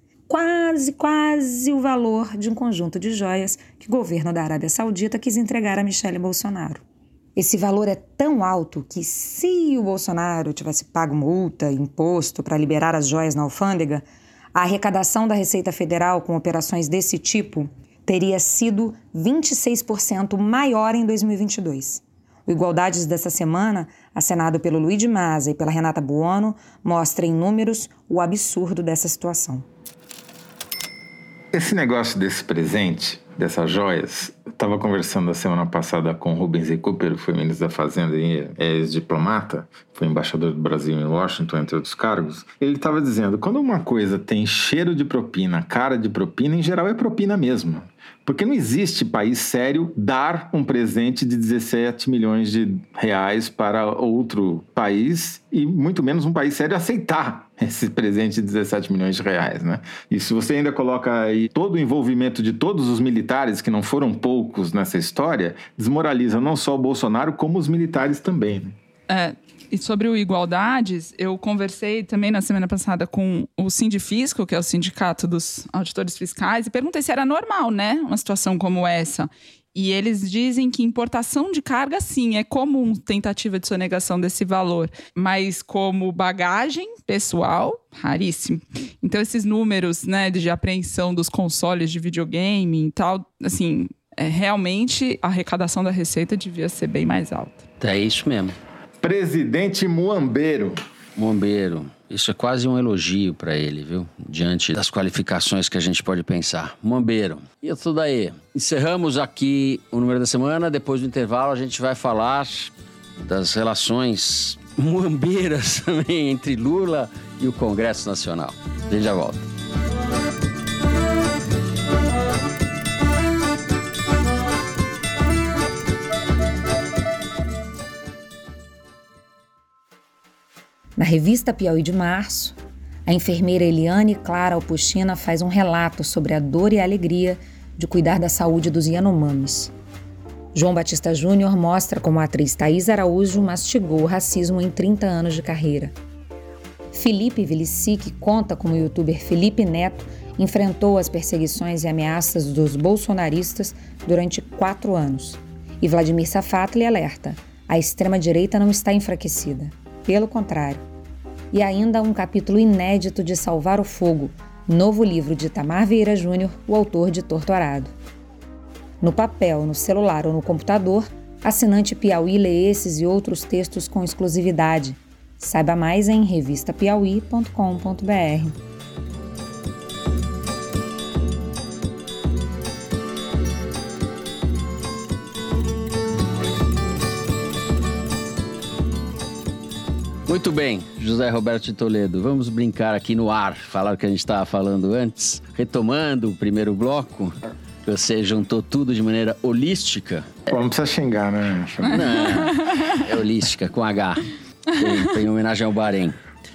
Quase o valor de um conjunto de joias que o governo da Arábia Saudita quis entregar a Michele Bolsonaro. Esse valor é tão alto que, se o Bolsonaro tivesse pago multa, imposto para liberar as joias na alfândega, a arrecadação da Receita Federal com operações desse tipo teria sido 26% maior em 2022. O Igualdades dessa semana, assinado pelo Luiz de Maza e pela Renata Buono, mostra em números o absurdo dessa situação. Esse negócio desse presente, dessas joias, eu estava conversando a semana passada com o Rubens E. Cooper, que foi ministro da Fazenda e ex-diplomata, foi embaixador do Brasil em Washington, entre outros cargos. Ele estava dizendo, quando uma coisa tem cheiro de propina, cara de propina, em geral é propina mesmo. Porque não existe país sério dar um presente de 17 milhões de reais para outro país e muito menos um país sério aceitar esse presente de 17 milhões de reais, né? E se você ainda coloca aí todo o envolvimento de todos os militares, que não foram poucos nessa história, desmoraliza não só o Bolsonaro, como os militares também, né? E sobre o Igualdades, eu conversei também na semana passada com o Sindifisco, que é o sindicato dos auditores fiscais, e perguntei se era normal, né, uma situação como essa. E eles dizem que importação de carga, sim, é comum tentativa de sonegação desse valor, mas como bagagem pessoal, raríssimo. Então, esses números, né, de apreensão dos consoles de videogame e tal, assim, realmente a arrecadação da Receita devia ser bem mais alta. É isso mesmo. Presidente Muambeiro. Isso é quase um elogio para ele, viu? Diante das qualificações que a gente pode pensar. Muambeiro. E isso daí. Encerramos aqui o número da semana. Depois do intervalo, a gente vai falar das relações muambeiras também entre Lula e o Congresso Nacional. A gente já volta. Na revista Piauí de março, a enfermeira Eliane Clara Alpuchina faz um relato sobre a dor e a alegria de cuidar da saúde dos Yanomamis. João Batista Júnior mostra como a atriz Thaís Araújo mastigou o racismo em 30 anos de carreira. Felipe Vilicic conta como o youtuber Felipe Neto enfrentou as perseguições e ameaças dos bolsonaristas durante 4 anos. E Vladimir Safatli alerta: a extrema-direita não está enfraquecida. Pelo contrário. E ainda um capítulo inédito de Salvar o Fogo, novo livro de Itamar Vieira Júnior, o autor de Torturado. No papel, no celular ou no computador, assinante Piauí lê esses e outros textos com exclusividade. Saiba mais em revistapiauí.com.br. Muito bem, José Roberto de Toledo, vamos brincar aqui no ar, falar o que a gente estava falando antes, retomando o primeiro bloco, que você juntou tudo de maneira holística. Pô, não precisa xingar, né? Não, é holística, com H, tem homenagem ao Bahrein.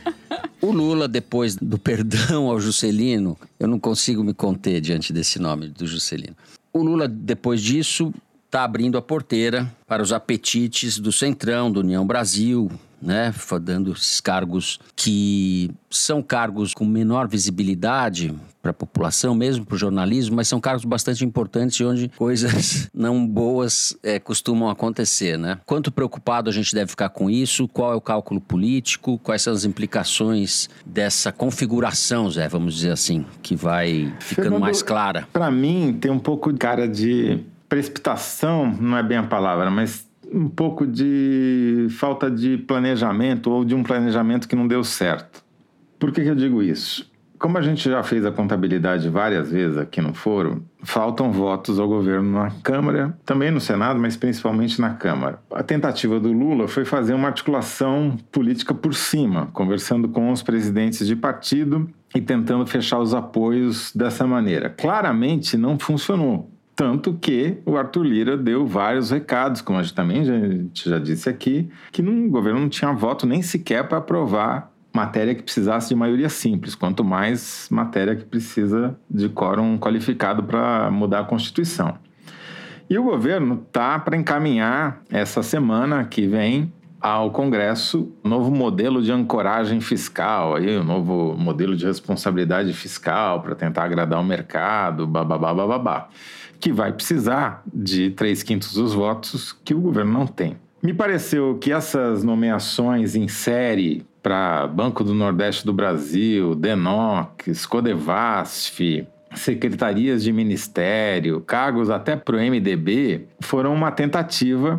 O Lula, depois do perdão ao Juscelino, eu não consigo me conter diante desse nome do Juscelino. O Lula, depois disso, está abrindo a porteira para os apetites do Centrão, do União Brasil, né? Dando esses cargos que são cargos com menor visibilidade para a população, mesmo para o jornalismo, mas são cargos bastante importantes e onde coisas não boas costumam acontecer, né? Quanto preocupado a gente deve ficar com isso? Qual é o cálculo político? Quais são as implicações dessa configuração, Zé, vamos dizer assim, que vai ficando mais clara? Para mim, tem um pouco de cara de precipitação, não é bem a palavra, mas um pouco de falta de planejamento ou de um planejamento que não deu certo. Por que eu digo isso? Como a gente já fez a contabilidade várias vezes aqui no Foro, faltam votos ao governo na Câmara, também no Senado, mas principalmente na Câmara. A tentativa do Lula foi fazer uma articulação política por cima, conversando com os presidentes de partido e tentando fechar os apoios dessa maneira. Claramente não funcionou. Tanto que o Arthur Lira deu vários recados, como a gente já disse aqui, que o governo não tinha voto nem sequer para aprovar matéria que precisasse de maioria simples, quanto mais matéria que precisa de quórum qualificado para mudar a Constituição. E o governo está para encaminhar essa semana que vem ao Congresso um novo modelo de ancoragem fiscal, um novo modelo de responsabilidade fiscal para tentar agradar o mercado, bababá, que vai precisar de 3/5 dos votos que o governo não tem. Me pareceu que essas nomeações em série para Banco do Nordeste do Brasil, DENOC, Scodevasf, secretarias de ministério, cargos até para o MDB, foram uma tentativa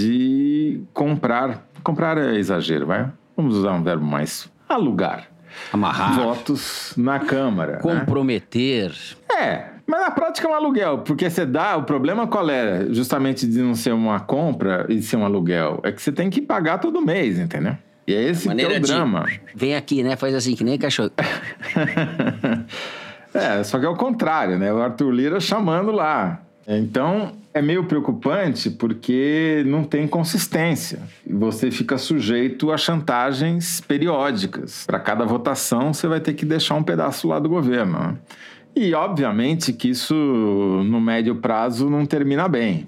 de comprar é exagero, vai? Vamos usar um verbo mais, alugar. Amarrar. Votos na Câmara. Comprometer. Né? Mas na prática é um aluguel, porque você dá, o problema qual é? Justamente de não ser uma compra e ser um aluguel, é que você tem que pagar todo mês, entendeu? E é esse que é o drama. Vem aqui, né? Faz assim, que nem cachorro. Só que é o contrário, né? O Arthur Lira chamando lá. Então, é meio preocupante porque não tem consistência. Você fica sujeito a chantagens periódicas. Para cada votação, você vai ter que deixar um pedaço lá do governo, né? E, obviamente, que isso, no médio prazo, não termina bem,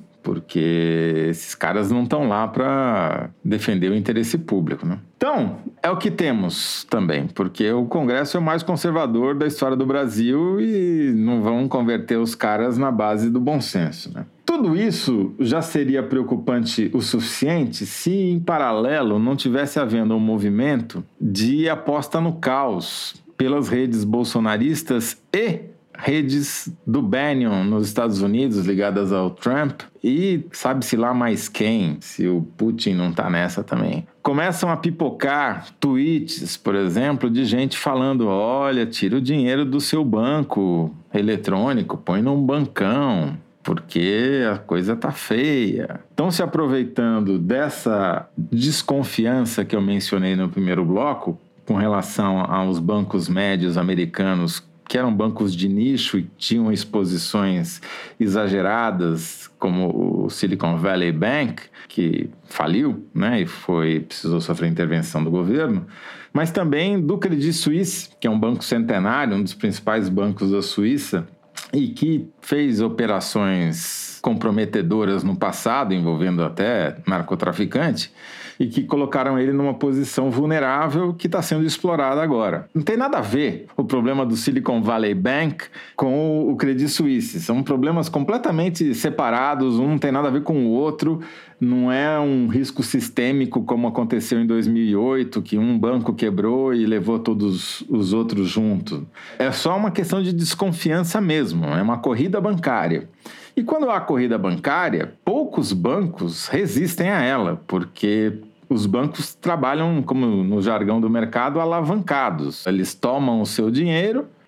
porque esses caras não estão lá para defender o interesse público, né? Então, é o que temos também, porque o Congresso é o mais conservador da história do Brasil e não vão converter os caras na base do bom senso, né? Tudo isso já seria preocupante o suficiente se, em paralelo, não tivesse havendo um movimento de aposta no caos pelas redes bolsonaristas e redes do Bannon nos Estados Unidos ligadas ao Trump e sabe-se lá mais quem, se o Putin não tá nessa também. Começam a pipocar tweets, por exemplo, de gente falando: olha, tira o dinheiro do seu banco eletrônico, põe num bancão, porque a coisa tá feia. Estão se aproveitando dessa desconfiança que eu mencionei no primeiro bloco com relação aos bancos médios americanos, que eram bancos de nicho e tinham exposições exageradas, como o Silicon Valley Bank, que faliu, né, e precisou sofrer intervenção do governo, mas também do Credit Suisse, que é um banco centenário, um dos principais bancos da Suíça, e que fez operações comprometedoras no passado, envolvendo até narcotraficante, e que colocaram ele numa posição vulnerável que está sendo explorada agora. Não tem nada a ver o problema do Silicon Valley Bank com o Credit Suisse. São problemas completamente separados, um não tem nada a ver com o outro, não é um risco sistêmico como aconteceu em 2008, que um banco quebrou e levou todos os outros junto. É só uma questão de desconfiança mesmo, é uma corrida bancária. E quando há corrida bancária, poucos bancos resistem a ela, porque os bancos trabalham, como no jargão do mercado, alavancados. Eles tomam o seu dinheiro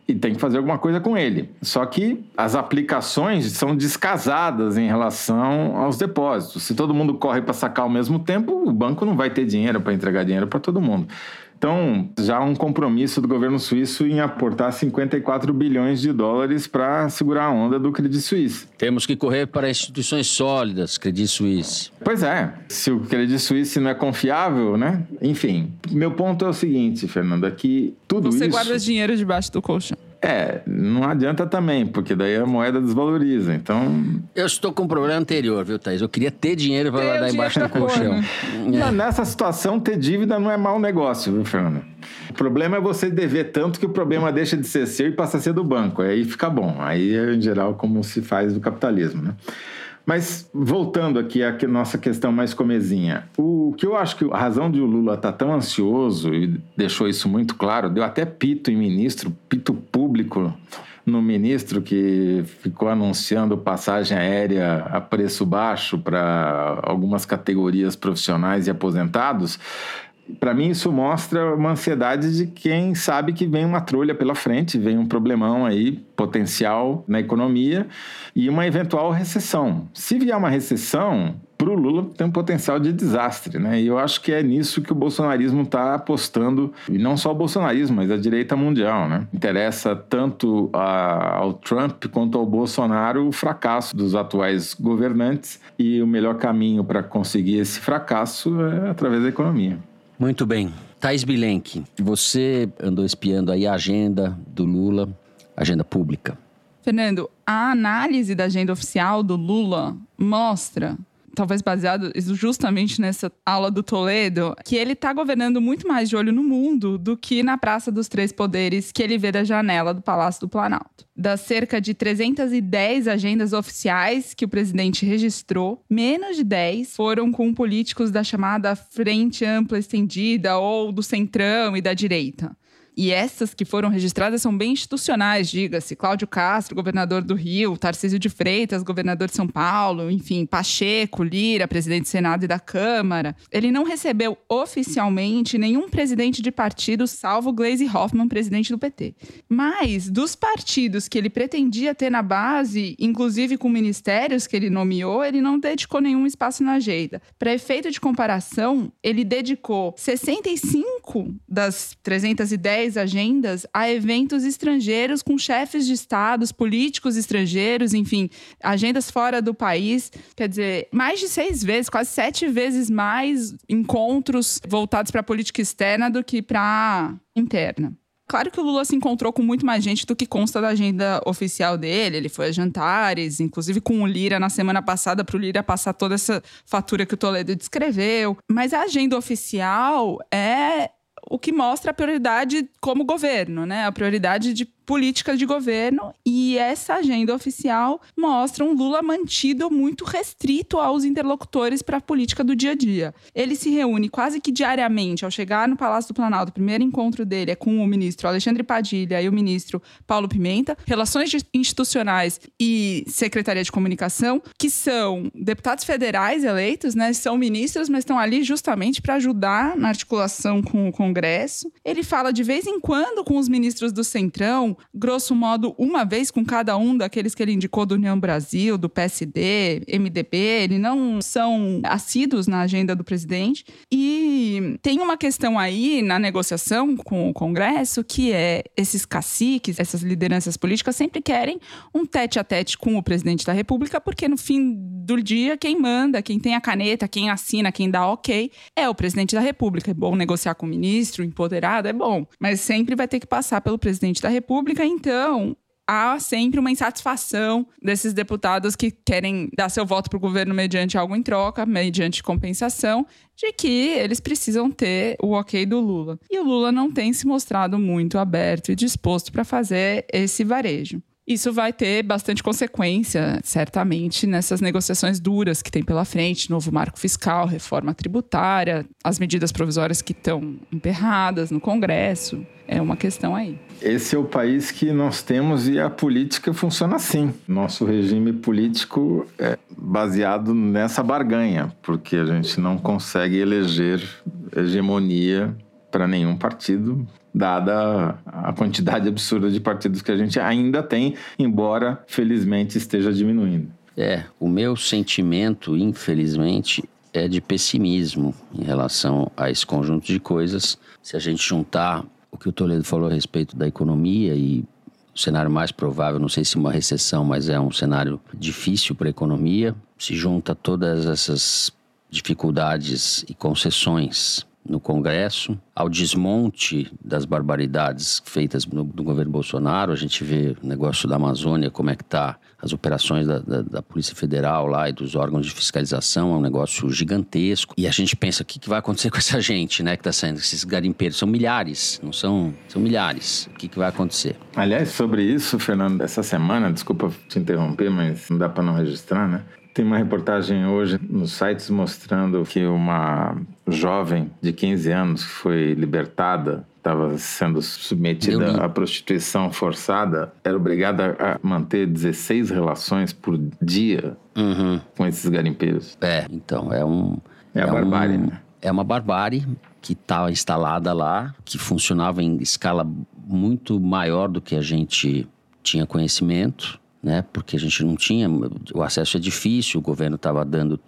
e tem que fazer alguma coisa com ele. Só que as aplicações são descasadas em relação aos depósitos. Se todo mundo corre para sacar ao mesmo tempo, o banco não vai ter dinheiro para entregar dinheiro para todo mundo. Então, já há um compromisso do governo suíço em aportar 54 bilhões de dólares para segurar a onda do Credit Suisse. Temos que correr para instituições sólidas, Credit Suisse. Pois é, se o Credit Suisse não é confiável, né? Enfim, meu ponto é o seguinte, Fernanda, que tudo isso... Você guarda dinheiro debaixo do colchão. Não adianta também, porque daí a moeda desvaloriza, então... Eu estou com um problema anterior, viu, Thaís? Eu queria ter dinheiro para guardar embaixo do colchão. Nessa situação, ter dívida não é mau negócio, viu, Fernanda? O problema é você dever tanto que o problema deixa de ser seu e passa a ser do banco. Aí fica bom. Aí é, em geral, como se faz do capitalismo, né? Mas, voltando aqui à nossa questão mais comezinha, o que eu acho que a razão de o Lula estar tão ansioso, e deixou isso muito claro, deu até pito em ministro, pito público no ministro que ficou anunciando passagem aérea a preço baixo para algumas categorias profissionais e aposentados. Para mim, isso mostra uma ansiedade de quem sabe que vem uma trolha pela frente, vem um problemão aí potencial na economia e uma eventual recessão. Se vier uma recessão, para o Lula tem um potencial de desastre, né? E eu acho que é nisso que o bolsonarismo está apostando, e não só o bolsonarismo, mas a direita mundial, né? Interessa tanto ao Trump quanto ao Bolsonaro o fracasso dos atuais governantes, e o melhor caminho para conseguir esse fracasso é através da economia. Muito bem. Thaís Bilenque, você andou espiando aí a agenda do Lula, agenda pública. Fernando, a análise da agenda oficial do Lula mostra, talvez baseado justamente nessa aula do Toledo, que ele está governando muito mais de olho no mundo do que na Praça dos Três Poderes que ele vê da janela do Palácio do Planalto. Das cerca de 310 agendas oficiais que o presidente registrou, menos de 10 foram com políticos da chamada Frente Ampla Estendida ou do Centrão e da direita. E essas que foram registradas são bem institucionais, diga-se. Cláudio Castro, governador do Rio, Tarcísio de Freitas, governador de São Paulo, enfim, Pacheco, Lira, presidente do Senado e da Câmara. Ele não recebeu oficialmente nenhum presidente de partido, salvo Gleisi Hoffmann, presidente do PT. Mas, dos partidos que ele pretendia ter na base, inclusive com ministérios que ele nomeou, ele não dedicou nenhum espaço na agenda. Para efeito de comparação, ele dedicou 65 das 310 agendas a eventos estrangeiros com chefes de estados, políticos estrangeiros, enfim, agendas fora do país. Quer dizer, mais de 6 vezes, quase 7 vezes mais encontros voltados para a política externa do que para a interna. Claro que o Lula se encontrou com muito mais gente do que consta da agenda oficial dele. Ele foi a jantares, inclusive com o Lira na semana passada, para o Lira passar toda essa fatura que o Toledo descreveu. Mas a agenda oficial é o que mostra a prioridade como governo, né? A prioridade de política de governo, e essa agenda oficial mostra um Lula mantido muito restrito aos interlocutores para a política do dia a dia. Ele se reúne quase que diariamente. Ao chegar no Palácio do Planalto, o primeiro encontro dele é com o ministro Alexandre Padilha e o ministro Paulo Pimenta, Relações Institucionais e Secretaria de Comunicação, que são deputados federais eleitos, né? São ministros, mas estão ali justamente para ajudar na articulação com o Congresso. Ele fala de vez em quando com os ministros do Centrão, grosso modo, uma vez com cada um daqueles que ele indicou do União Brasil, do PSD, MDB. Eles não são assíduos na agenda do presidente. E tem uma questão aí na negociação com o Congresso, que é esses caciques, essas lideranças políticas sempre querem um tete-a-tete com o presidente da República, porque no fim do dia, quem manda, quem tem a caneta, quem assina, quem dá ok, é o presidente da República. É bom negociar com o ministro, empoderado, é bom. Mas sempre vai ter que passar pelo presidente da República. Então, há sempre uma insatisfação desses deputados que querem dar seu voto para o governo mediante algo em troca, mediante compensação, de que eles precisam ter o ok do Lula. E o Lula não tem se mostrado muito aberto e disposto para fazer esse varejo. Isso vai ter bastante consequência, certamente, nessas negociações duras que tem pela frente, novo marco fiscal, reforma tributária, as medidas provisórias que estão emperradas no Congresso. É uma questão aí. Esse é o país que nós temos e a política funciona assim. Nosso regime político é baseado nessa barganha, porque a gente não consegue eleger hegemonia para nenhum partido, dada a quantidade absurda de partidos que a gente ainda tem, embora felizmente esteja diminuindo. O meu sentimento, infelizmente, é de pessimismo em relação a esse conjunto de coisas. Se a gente juntar o que o Toledo falou a respeito da economia e o cenário mais provável, não sei se uma recessão, mas é um cenário difícil para a economia, se junta todas essas dificuldades e concessões no Congresso, ao desmonte das barbaridades feitas no governo Bolsonaro. A gente vê o negócio da Amazônia, como é que está as operações da Polícia Federal lá e dos órgãos de fiscalização, é um negócio gigantesco. E a gente pensa, o que vai acontecer com essa gente, né, que está saindo, esses garimpeiros? São milhares, não são milhares. O que vai acontecer? Aliás, sobre isso, Fernando, essa semana, desculpa te interromper, mas não dá para não registrar, né? Tem uma reportagem hoje nos sites mostrando que uma jovem de 15 anos que foi libertada, estava sendo submetida à prostituição forçada, era obrigada a manter 16 relações por dia com esses garimpeiros. Então, é a barbárie, né? É uma barbárie que está instalada lá, que funcionava em escala muito maior do que a gente tinha conhecimento, né? Porque a gente não tinha, o acesso é difícil, o governo estava dando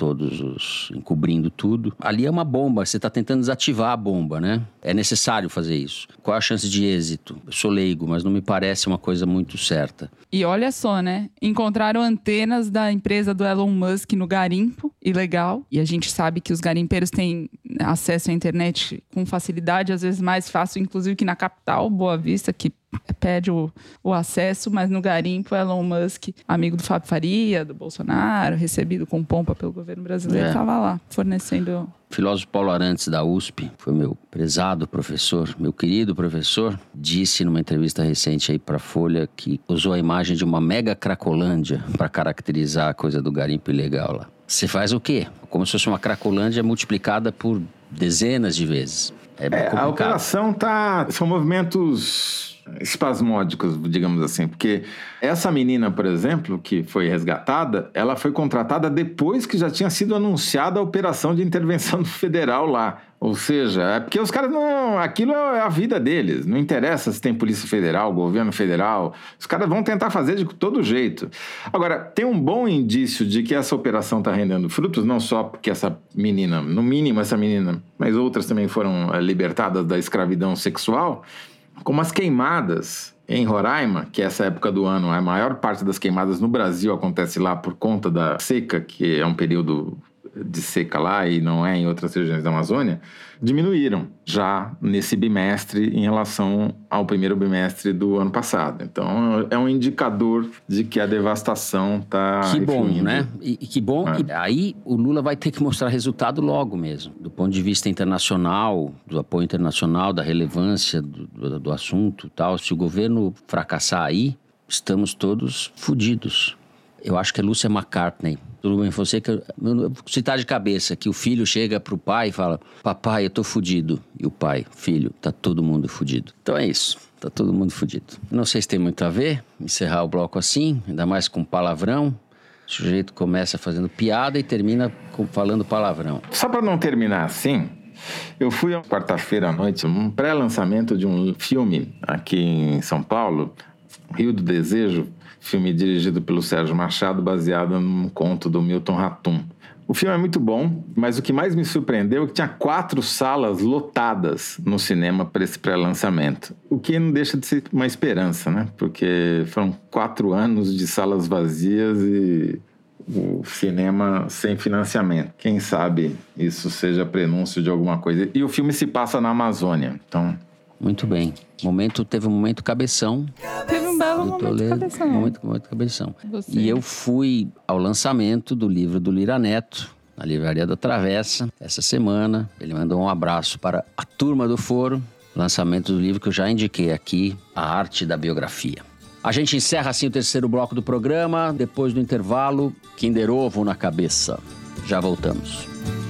encobrindo tudo. Ali é uma bomba, você está tentando desativar a bomba, né? É necessário fazer isso. Qual é a chance de êxito? Eu sou leigo, mas não me parece uma coisa muito certa. E olha só, né? Encontraram antenas da empresa do Elon Musk no garimpo, ilegal. E a gente sabe que os garimpeiros têm acesso à internet com facilidade, às vezes mais fácil, inclusive que na capital, Boa Vista, que pede o acesso, mas no garimpo, Elon Musk, amigo do Fábio Faria, do Bolsonaro, recebido com pompa pelo governo brasileiro, estava lá, fornecendo... O filósofo Paulo Arantes, da USP, foi meu prezado professor, meu querido professor, disse numa entrevista recente aí para Folha que usou a imagem de uma mega cracolândia para caracterizar a coisa do garimpo ilegal lá. Você faz o quê? Como se fosse uma cracolândia multiplicada por dezenas de vezes. A operação são movimentos espasmódicos, digamos assim, porque essa menina, por exemplo, que foi resgatada, ela foi contratada depois que já tinha sido anunciada a operação de intervenção federal lá. Ou seja, é porque os caras não... Aquilo é a vida deles. Não interessa se tem Polícia Federal, governo federal. Os caras vão tentar fazer de todo jeito. Agora, tem um bom indício de que essa operação está rendendo frutos, não só porque essa menina, no mínimo essa menina, mas outras também foram libertadas da escravidão sexual, como as queimadas em Roraima, que essa época do ano, a maior parte das queimadas no Brasil acontece lá por conta da seca, que é um período de seca lá e não é em outras regiões da Amazônia, diminuíram já nesse bimestre em relação ao primeiro bimestre do ano passado. Então, é um indicador de que a devastação está Que bom, né? E que bom. E aí, o Lula vai ter que mostrar resultado logo mesmo, do ponto de vista internacional, do apoio internacional, da relevância do assunto e tal. Se o governo fracassar aí, estamos todos fodidos. Eu acho que é Lúcia McCartney. Tudo bem, você que eu vou citar de cabeça que o filho chega pro pai e fala: papai, eu tô fudido. E o pai: filho, tá todo mundo fudido. Então é isso, tá todo mundo fudido. Não sei se tem muito a ver encerrar o bloco assim, ainda mais com palavrão. O sujeito começa fazendo piada e termina falando palavrão. Só para não terminar assim, eu fui quarta-feira à noite, um pré-lançamento de um filme aqui em São Paulo, Rio do Desejo, filme dirigido pelo Sérgio Machado, baseado num conto do Milton Ratum. O filme é muito bom, mas o que mais me surpreendeu é que tinha 4 salas lotadas no cinema para esse pré-lançamento. O que não deixa de ser uma esperança, né? Porque foram 4 anos de salas vazias e o cinema sem financiamento. Quem sabe isso seja prenúncio de alguma coisa. E o filme se passa na Amazônia, então... Muito bem. Teve um momento cabeção. Teve um belo momento cabeção. Momento cabeção. Você. E eu fui ao lançamento do livro do Lira Neto, na Livraria da Travessa, essa semana. Ele mandou um abraço para a turma do Foro. Lançamento do livro que eu já indiquei aqui, A Arte da Biografia. A gente encerra assim o terceiro bloco do programa. Depois do intervalo, Kinder Ovo na cabeça. Já voltamos.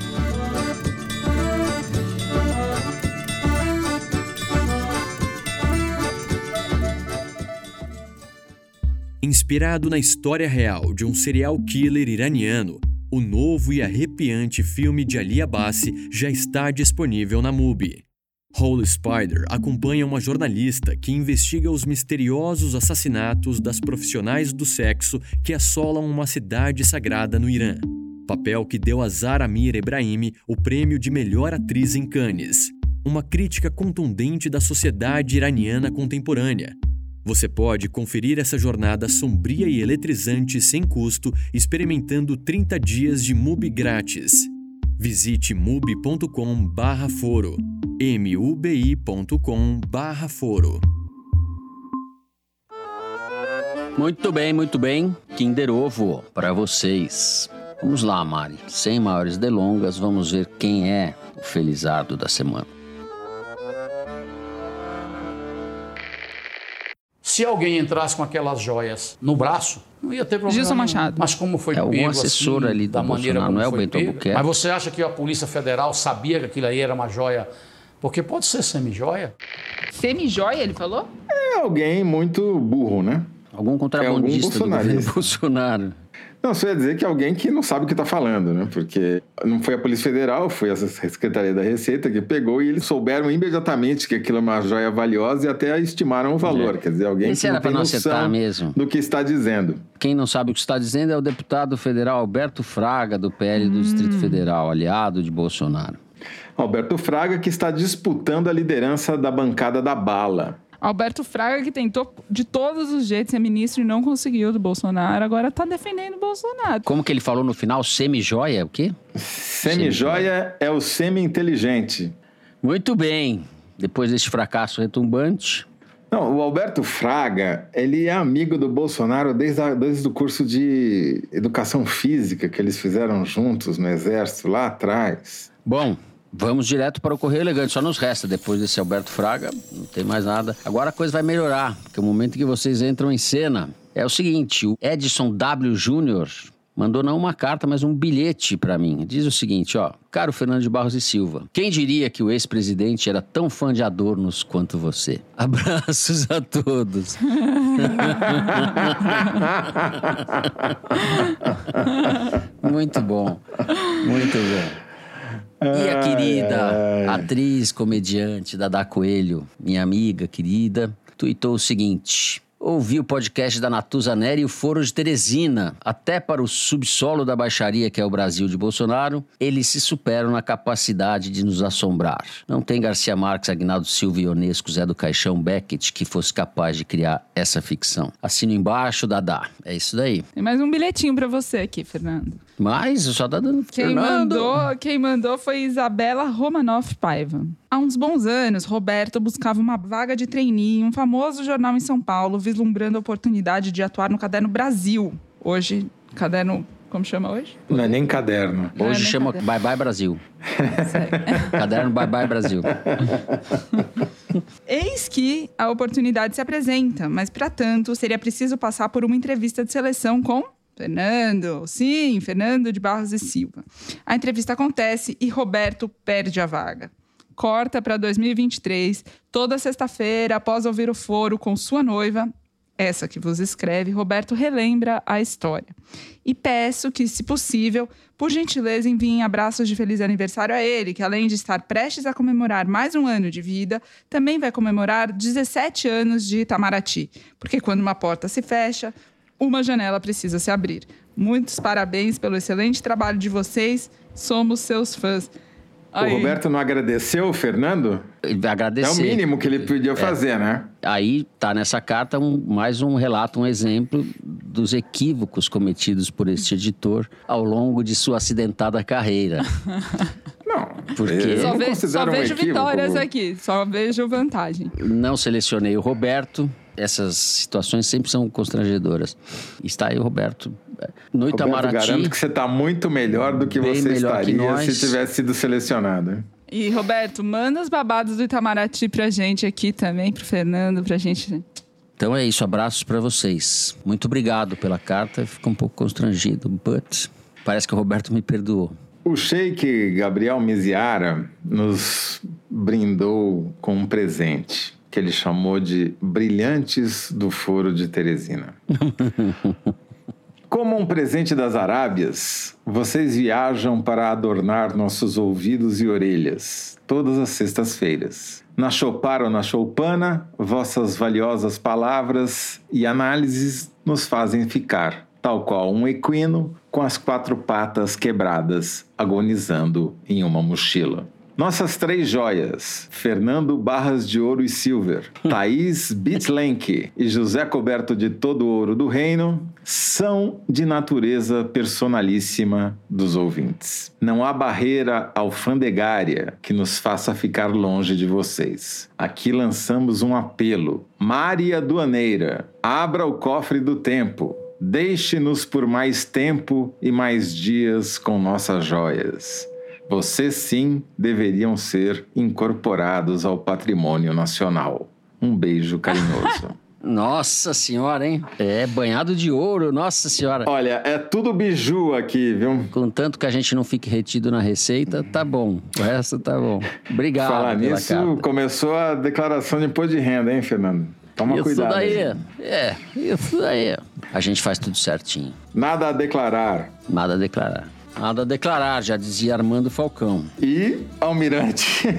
Inspirado na história real de um serial killer iraniano, o novo e arrepiante filme de Ali Abbasi já está disponível na MUBI. Holy Spider acompanha uma jornalista que investiga os misteriosos assassinatos das profissionais do sexo que assolam uma cidade sagrada no Irã. Papel que deu a Zahra Amir Ebrahimi o prêmio de melhor atriz em Cannes. Uma crítica contundente da sociedade iraniana contemporânea. Você pode conferir essa jornada sombria e eletrizante sem custo, experimentando 30 dias de MUBI grátis. Visite mubi.com/foro. mubi.com/foro. Muito bem. Kinder Ovo para vocês. Vamos lá, Mari. Sem maiores delongas, vamos ver quem é o felizardo da semana. Se alguém entrasse com aquelas joias no braço, não ia ter problema. Gilson Machado. Mas como foi pego algum assessor assim, ali do da maneira Bolsonaro, como não é o foi Bento pego? Albuquerque? Mas você acha que a Polícia Federal sabia que aquilo aí era uma joia? Porque pode ser semi-joia. Semi-joia, ele falou? É alguém muito burro, né? Algum contrabandista do governo Bolsonaro. Não, só ia dizer que é alguém que não sabe o que está falando, né? Porque não foi a Polícia Federal, foi a Secretaria da Receita que pegou e eles souberam imediatamente que aquilo é uma joia valiosa e até estimaram o valor. Quer dizer, alguém Esse que era não tem pra não noção acertar mesmo. do que está dizendo. Quem não sabe o que está dizendo é o deputado federal Alberto Fraga, do PL do Distrito Federal, aliado de Bolsonaro. Alberto Fraga, que está disputando a liderança da bancada da bala. Alberto Fraga, que tentou de todos os jeitos ser ministro e não conseguiu do Bolsonaro, agora tá defendendo o Bolsonaro. Como que ele falou no final? Semi-joia? O quê? Semi-joia é o semi-inteligente. Muito bem. Depois desse fracasso retumbante... Não, o Alberto Fraga, ele é amigo do Bolsonaro desde o curso de educação física que eles fizeram juntos no Exército, lá atrás. Bom... Vamos direto para o Correio Elegante, só nos resta, depois desse Alberto Fraga, não tem mais nada. Agora a coisa vai melhorar, porque o momento que vocês entram em cena é o seguinte, o Edson W. Júnior mandou não uma carta, mas um bilhete para mim. Diz o seguinte, ó, caro Fernando de Barros e Silva, quem diria que o ex-presidente era tão fã de Adornos quanto você? Abraços a todos. Muito bom, muito bom. E a querida atriz, comediante Dada Coelho, minha amiga querida, tuitou o seguinte... Ouvi o podcast da Natuza Neri e o Foro de Teresina. Até para o subsolo da baixaria que é o Brasil de Bolsonaro, eles se superam na capacidade de nos assombrar. Não tem Garcia Marques, Aguinaldo Silva, Ionesco, Zé do Caixão, Beckett que fosse capaz de criar essa ficção. Assino embaixo, Dadá. É isso daí. Tem mais um bilhetinho pra você aqui, Fernando. Mas só tá dando Quem mandou foi Isabela Romanoff Paiva. Há uns bons anos, Roberto buscava uma vaga de trainee em um famoso jornal em São Paulo, vislumbrando a oportunidade de atuar no Caderno Brasil. Hoje, caderno... Como chama hoje? Não é nem caderno. Hoje chama caderno. Bye Bye Brasil. Caderno Bye Bye Brasil. Eis que a oportunidade se apresenta, mas para tanto seria preciso passar por uma entrevista de seleção com... Fernando de Barros e Silva. A entrevista acontece e Roberto perde a vaga. Corta para 2023, toda sexta-feira, após ouvir o foro com sua noiva, essa que vos escreve, Roberto relembra a história. E peço que, se possível, por gentileza, enviem abraços de feliz aniversário a ele, que além de estar prestes a comemorar mais um ano de vida, também vai comemorar 17 anos de Itamaraty. Porque quando uma porta se fecha, uma janela precisa se abrir. Muitos parabéns pelo excelente trabalho de vocês. Somos seus fãs. Aí. O Roberto não agradeceu o Fernando? Ele vai agradecer. É o mínimo que ele podia fazer, né? Aí tá nessa carta mais um relato, um exemplo dos equívocos cometidos por este editor ao longo de sua acidentada carreira. Não, porque só vejo vitórias aqui, só vejo vantagem. Não selecionei o Roberto. Essas situações sempre são constrangedoras. Está aí o Roberto. No Itamaraty... Roberto, garanto que você está muito melhor do que você estaria se tivesse sido selecionado. E, Roberto, manda os babados do Itamaraty pra gente aqui também, pro Fernando, pra gente... Então é isso, abraços para vocês. Muito obrigado pela carta, fico um pouco constrangido, but parece que o Roberto me perdoou. O sheik Gabriel Miziara nos brindou com um presente que ele chamou de Brilhantes do Foro de Teresina. Como um presente das Arábias, vocês viajam para adornar nossos ouvidos e orelhas todas as sextas-feiras. Na Chopar ou na Choupana, vossas valiosas palavras e análises nos fazem ficar, tal qual um equino com as 4 patas quebradas, agonizando em uma mochila. Nossas 3 joias, Fernando Barras de Ouro e Silver, Thaís Bitlenck e José Coberto de todo o ouro do reino, são de natureza personalíssima dos ouvintes. Não há barreira alfandegária que nos faça ficar longe de vocês. Aqui lançamos um apelo. Maria Aduaneira, abra o cofre do tempo. Deixe-nos por mais tempo e mais dias com nossas joias. Vocês, sim, deveriam ser incorporados ao patrimônio nacional. Um beijo carinhoso. Nossa senhora, hein? É banhado de ouro, nossa senhora. Olha, é tudo biju aqui, viu? Contanto que a gente não fique retido na receita, tá bom. O resto tá bom. Obrigado. Falar nisso, carta. Começou a declaração de imposto de renda, hein, Fernando? Toma cuidado. Isso daí. A gente faz tudo certinho. Nada a declarar. Nada a declarar. Nada a declarar, já dizia Armando Falcão. E Almirante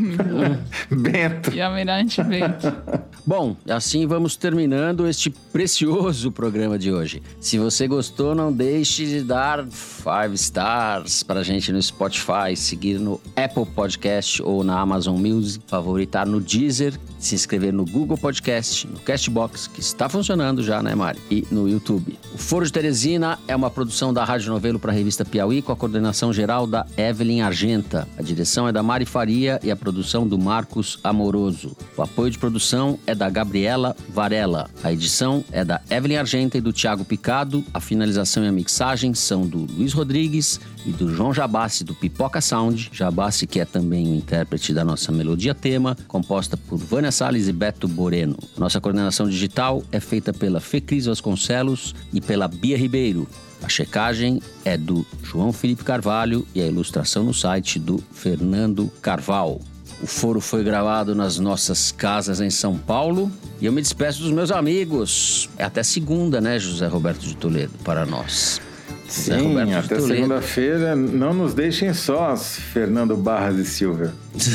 Bento. E Almirante Bento. Bom, assim vamos terminando este precioso programa de hoje. Se você gostou, não deixe de dar 5 stars pra gente no Spotify, seguir no Apple Podcast ou na Amazon Music, favoritar no Deezer, se inscrever no Google Podcast, no Castbox, que está funcionando já, né, Mari? E no YouTube. O Foro de Teresina é uma produção da Rádio Novelo para a revista Piauí, com a coordenação geral da Evelyn Argenta. A direção é da Mari Faria e a produção do Marcos Amoroso. O apoio de produção é da Gabriela Varela. A edição é da Evelyn Argenta e do Thiago Picado. A finalização e a mixagem são do Luiz Rodrigues e do João Jabassi, do Pipoca Sound. Jabassi, que é também o intérprete da nossa melodia tema, composta por Vânia Salles e Beto Boreno. Nossa coordenação digital é feita pela Fecris Vasconcelos e pela Bia Ribeiro. A checagem é do João Felipe Carvalho e a ilustração no site do Fernando Carvalho. O foro foi gravado nas nossas casas em São Paulo e eu me despeço dos meus amigos. É até segunda, né, José Roberto de Toledo, para nós. Sim, até segunda-feira. Não nos deixem sós, Fernando Barras e Silva.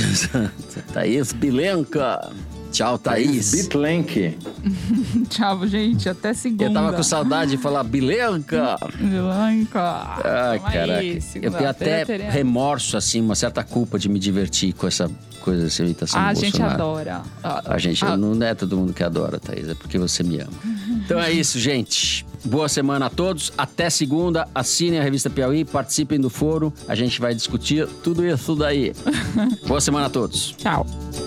Thaís Bilenca. Tchau, Thaís. Bitlenck. Tchau, gente. Até segunda. Eu tava com saudade de falar Bilenca. Bilenca. Ai, caraca. Eu tenho até remorso, assim, uma certa culpa de me divertir com essa coisa, essa imitação do Bolsonaro. A gente adora. A gente não é todo mundo que adora, Thaís. É porque você me ama. Então é isso, gente. Boa semana a todos. Até segunda. Assinem a revista Piauí. Participem do foro. A gente vai discutir tudo isso daí. Boa semana a todos. Tchau.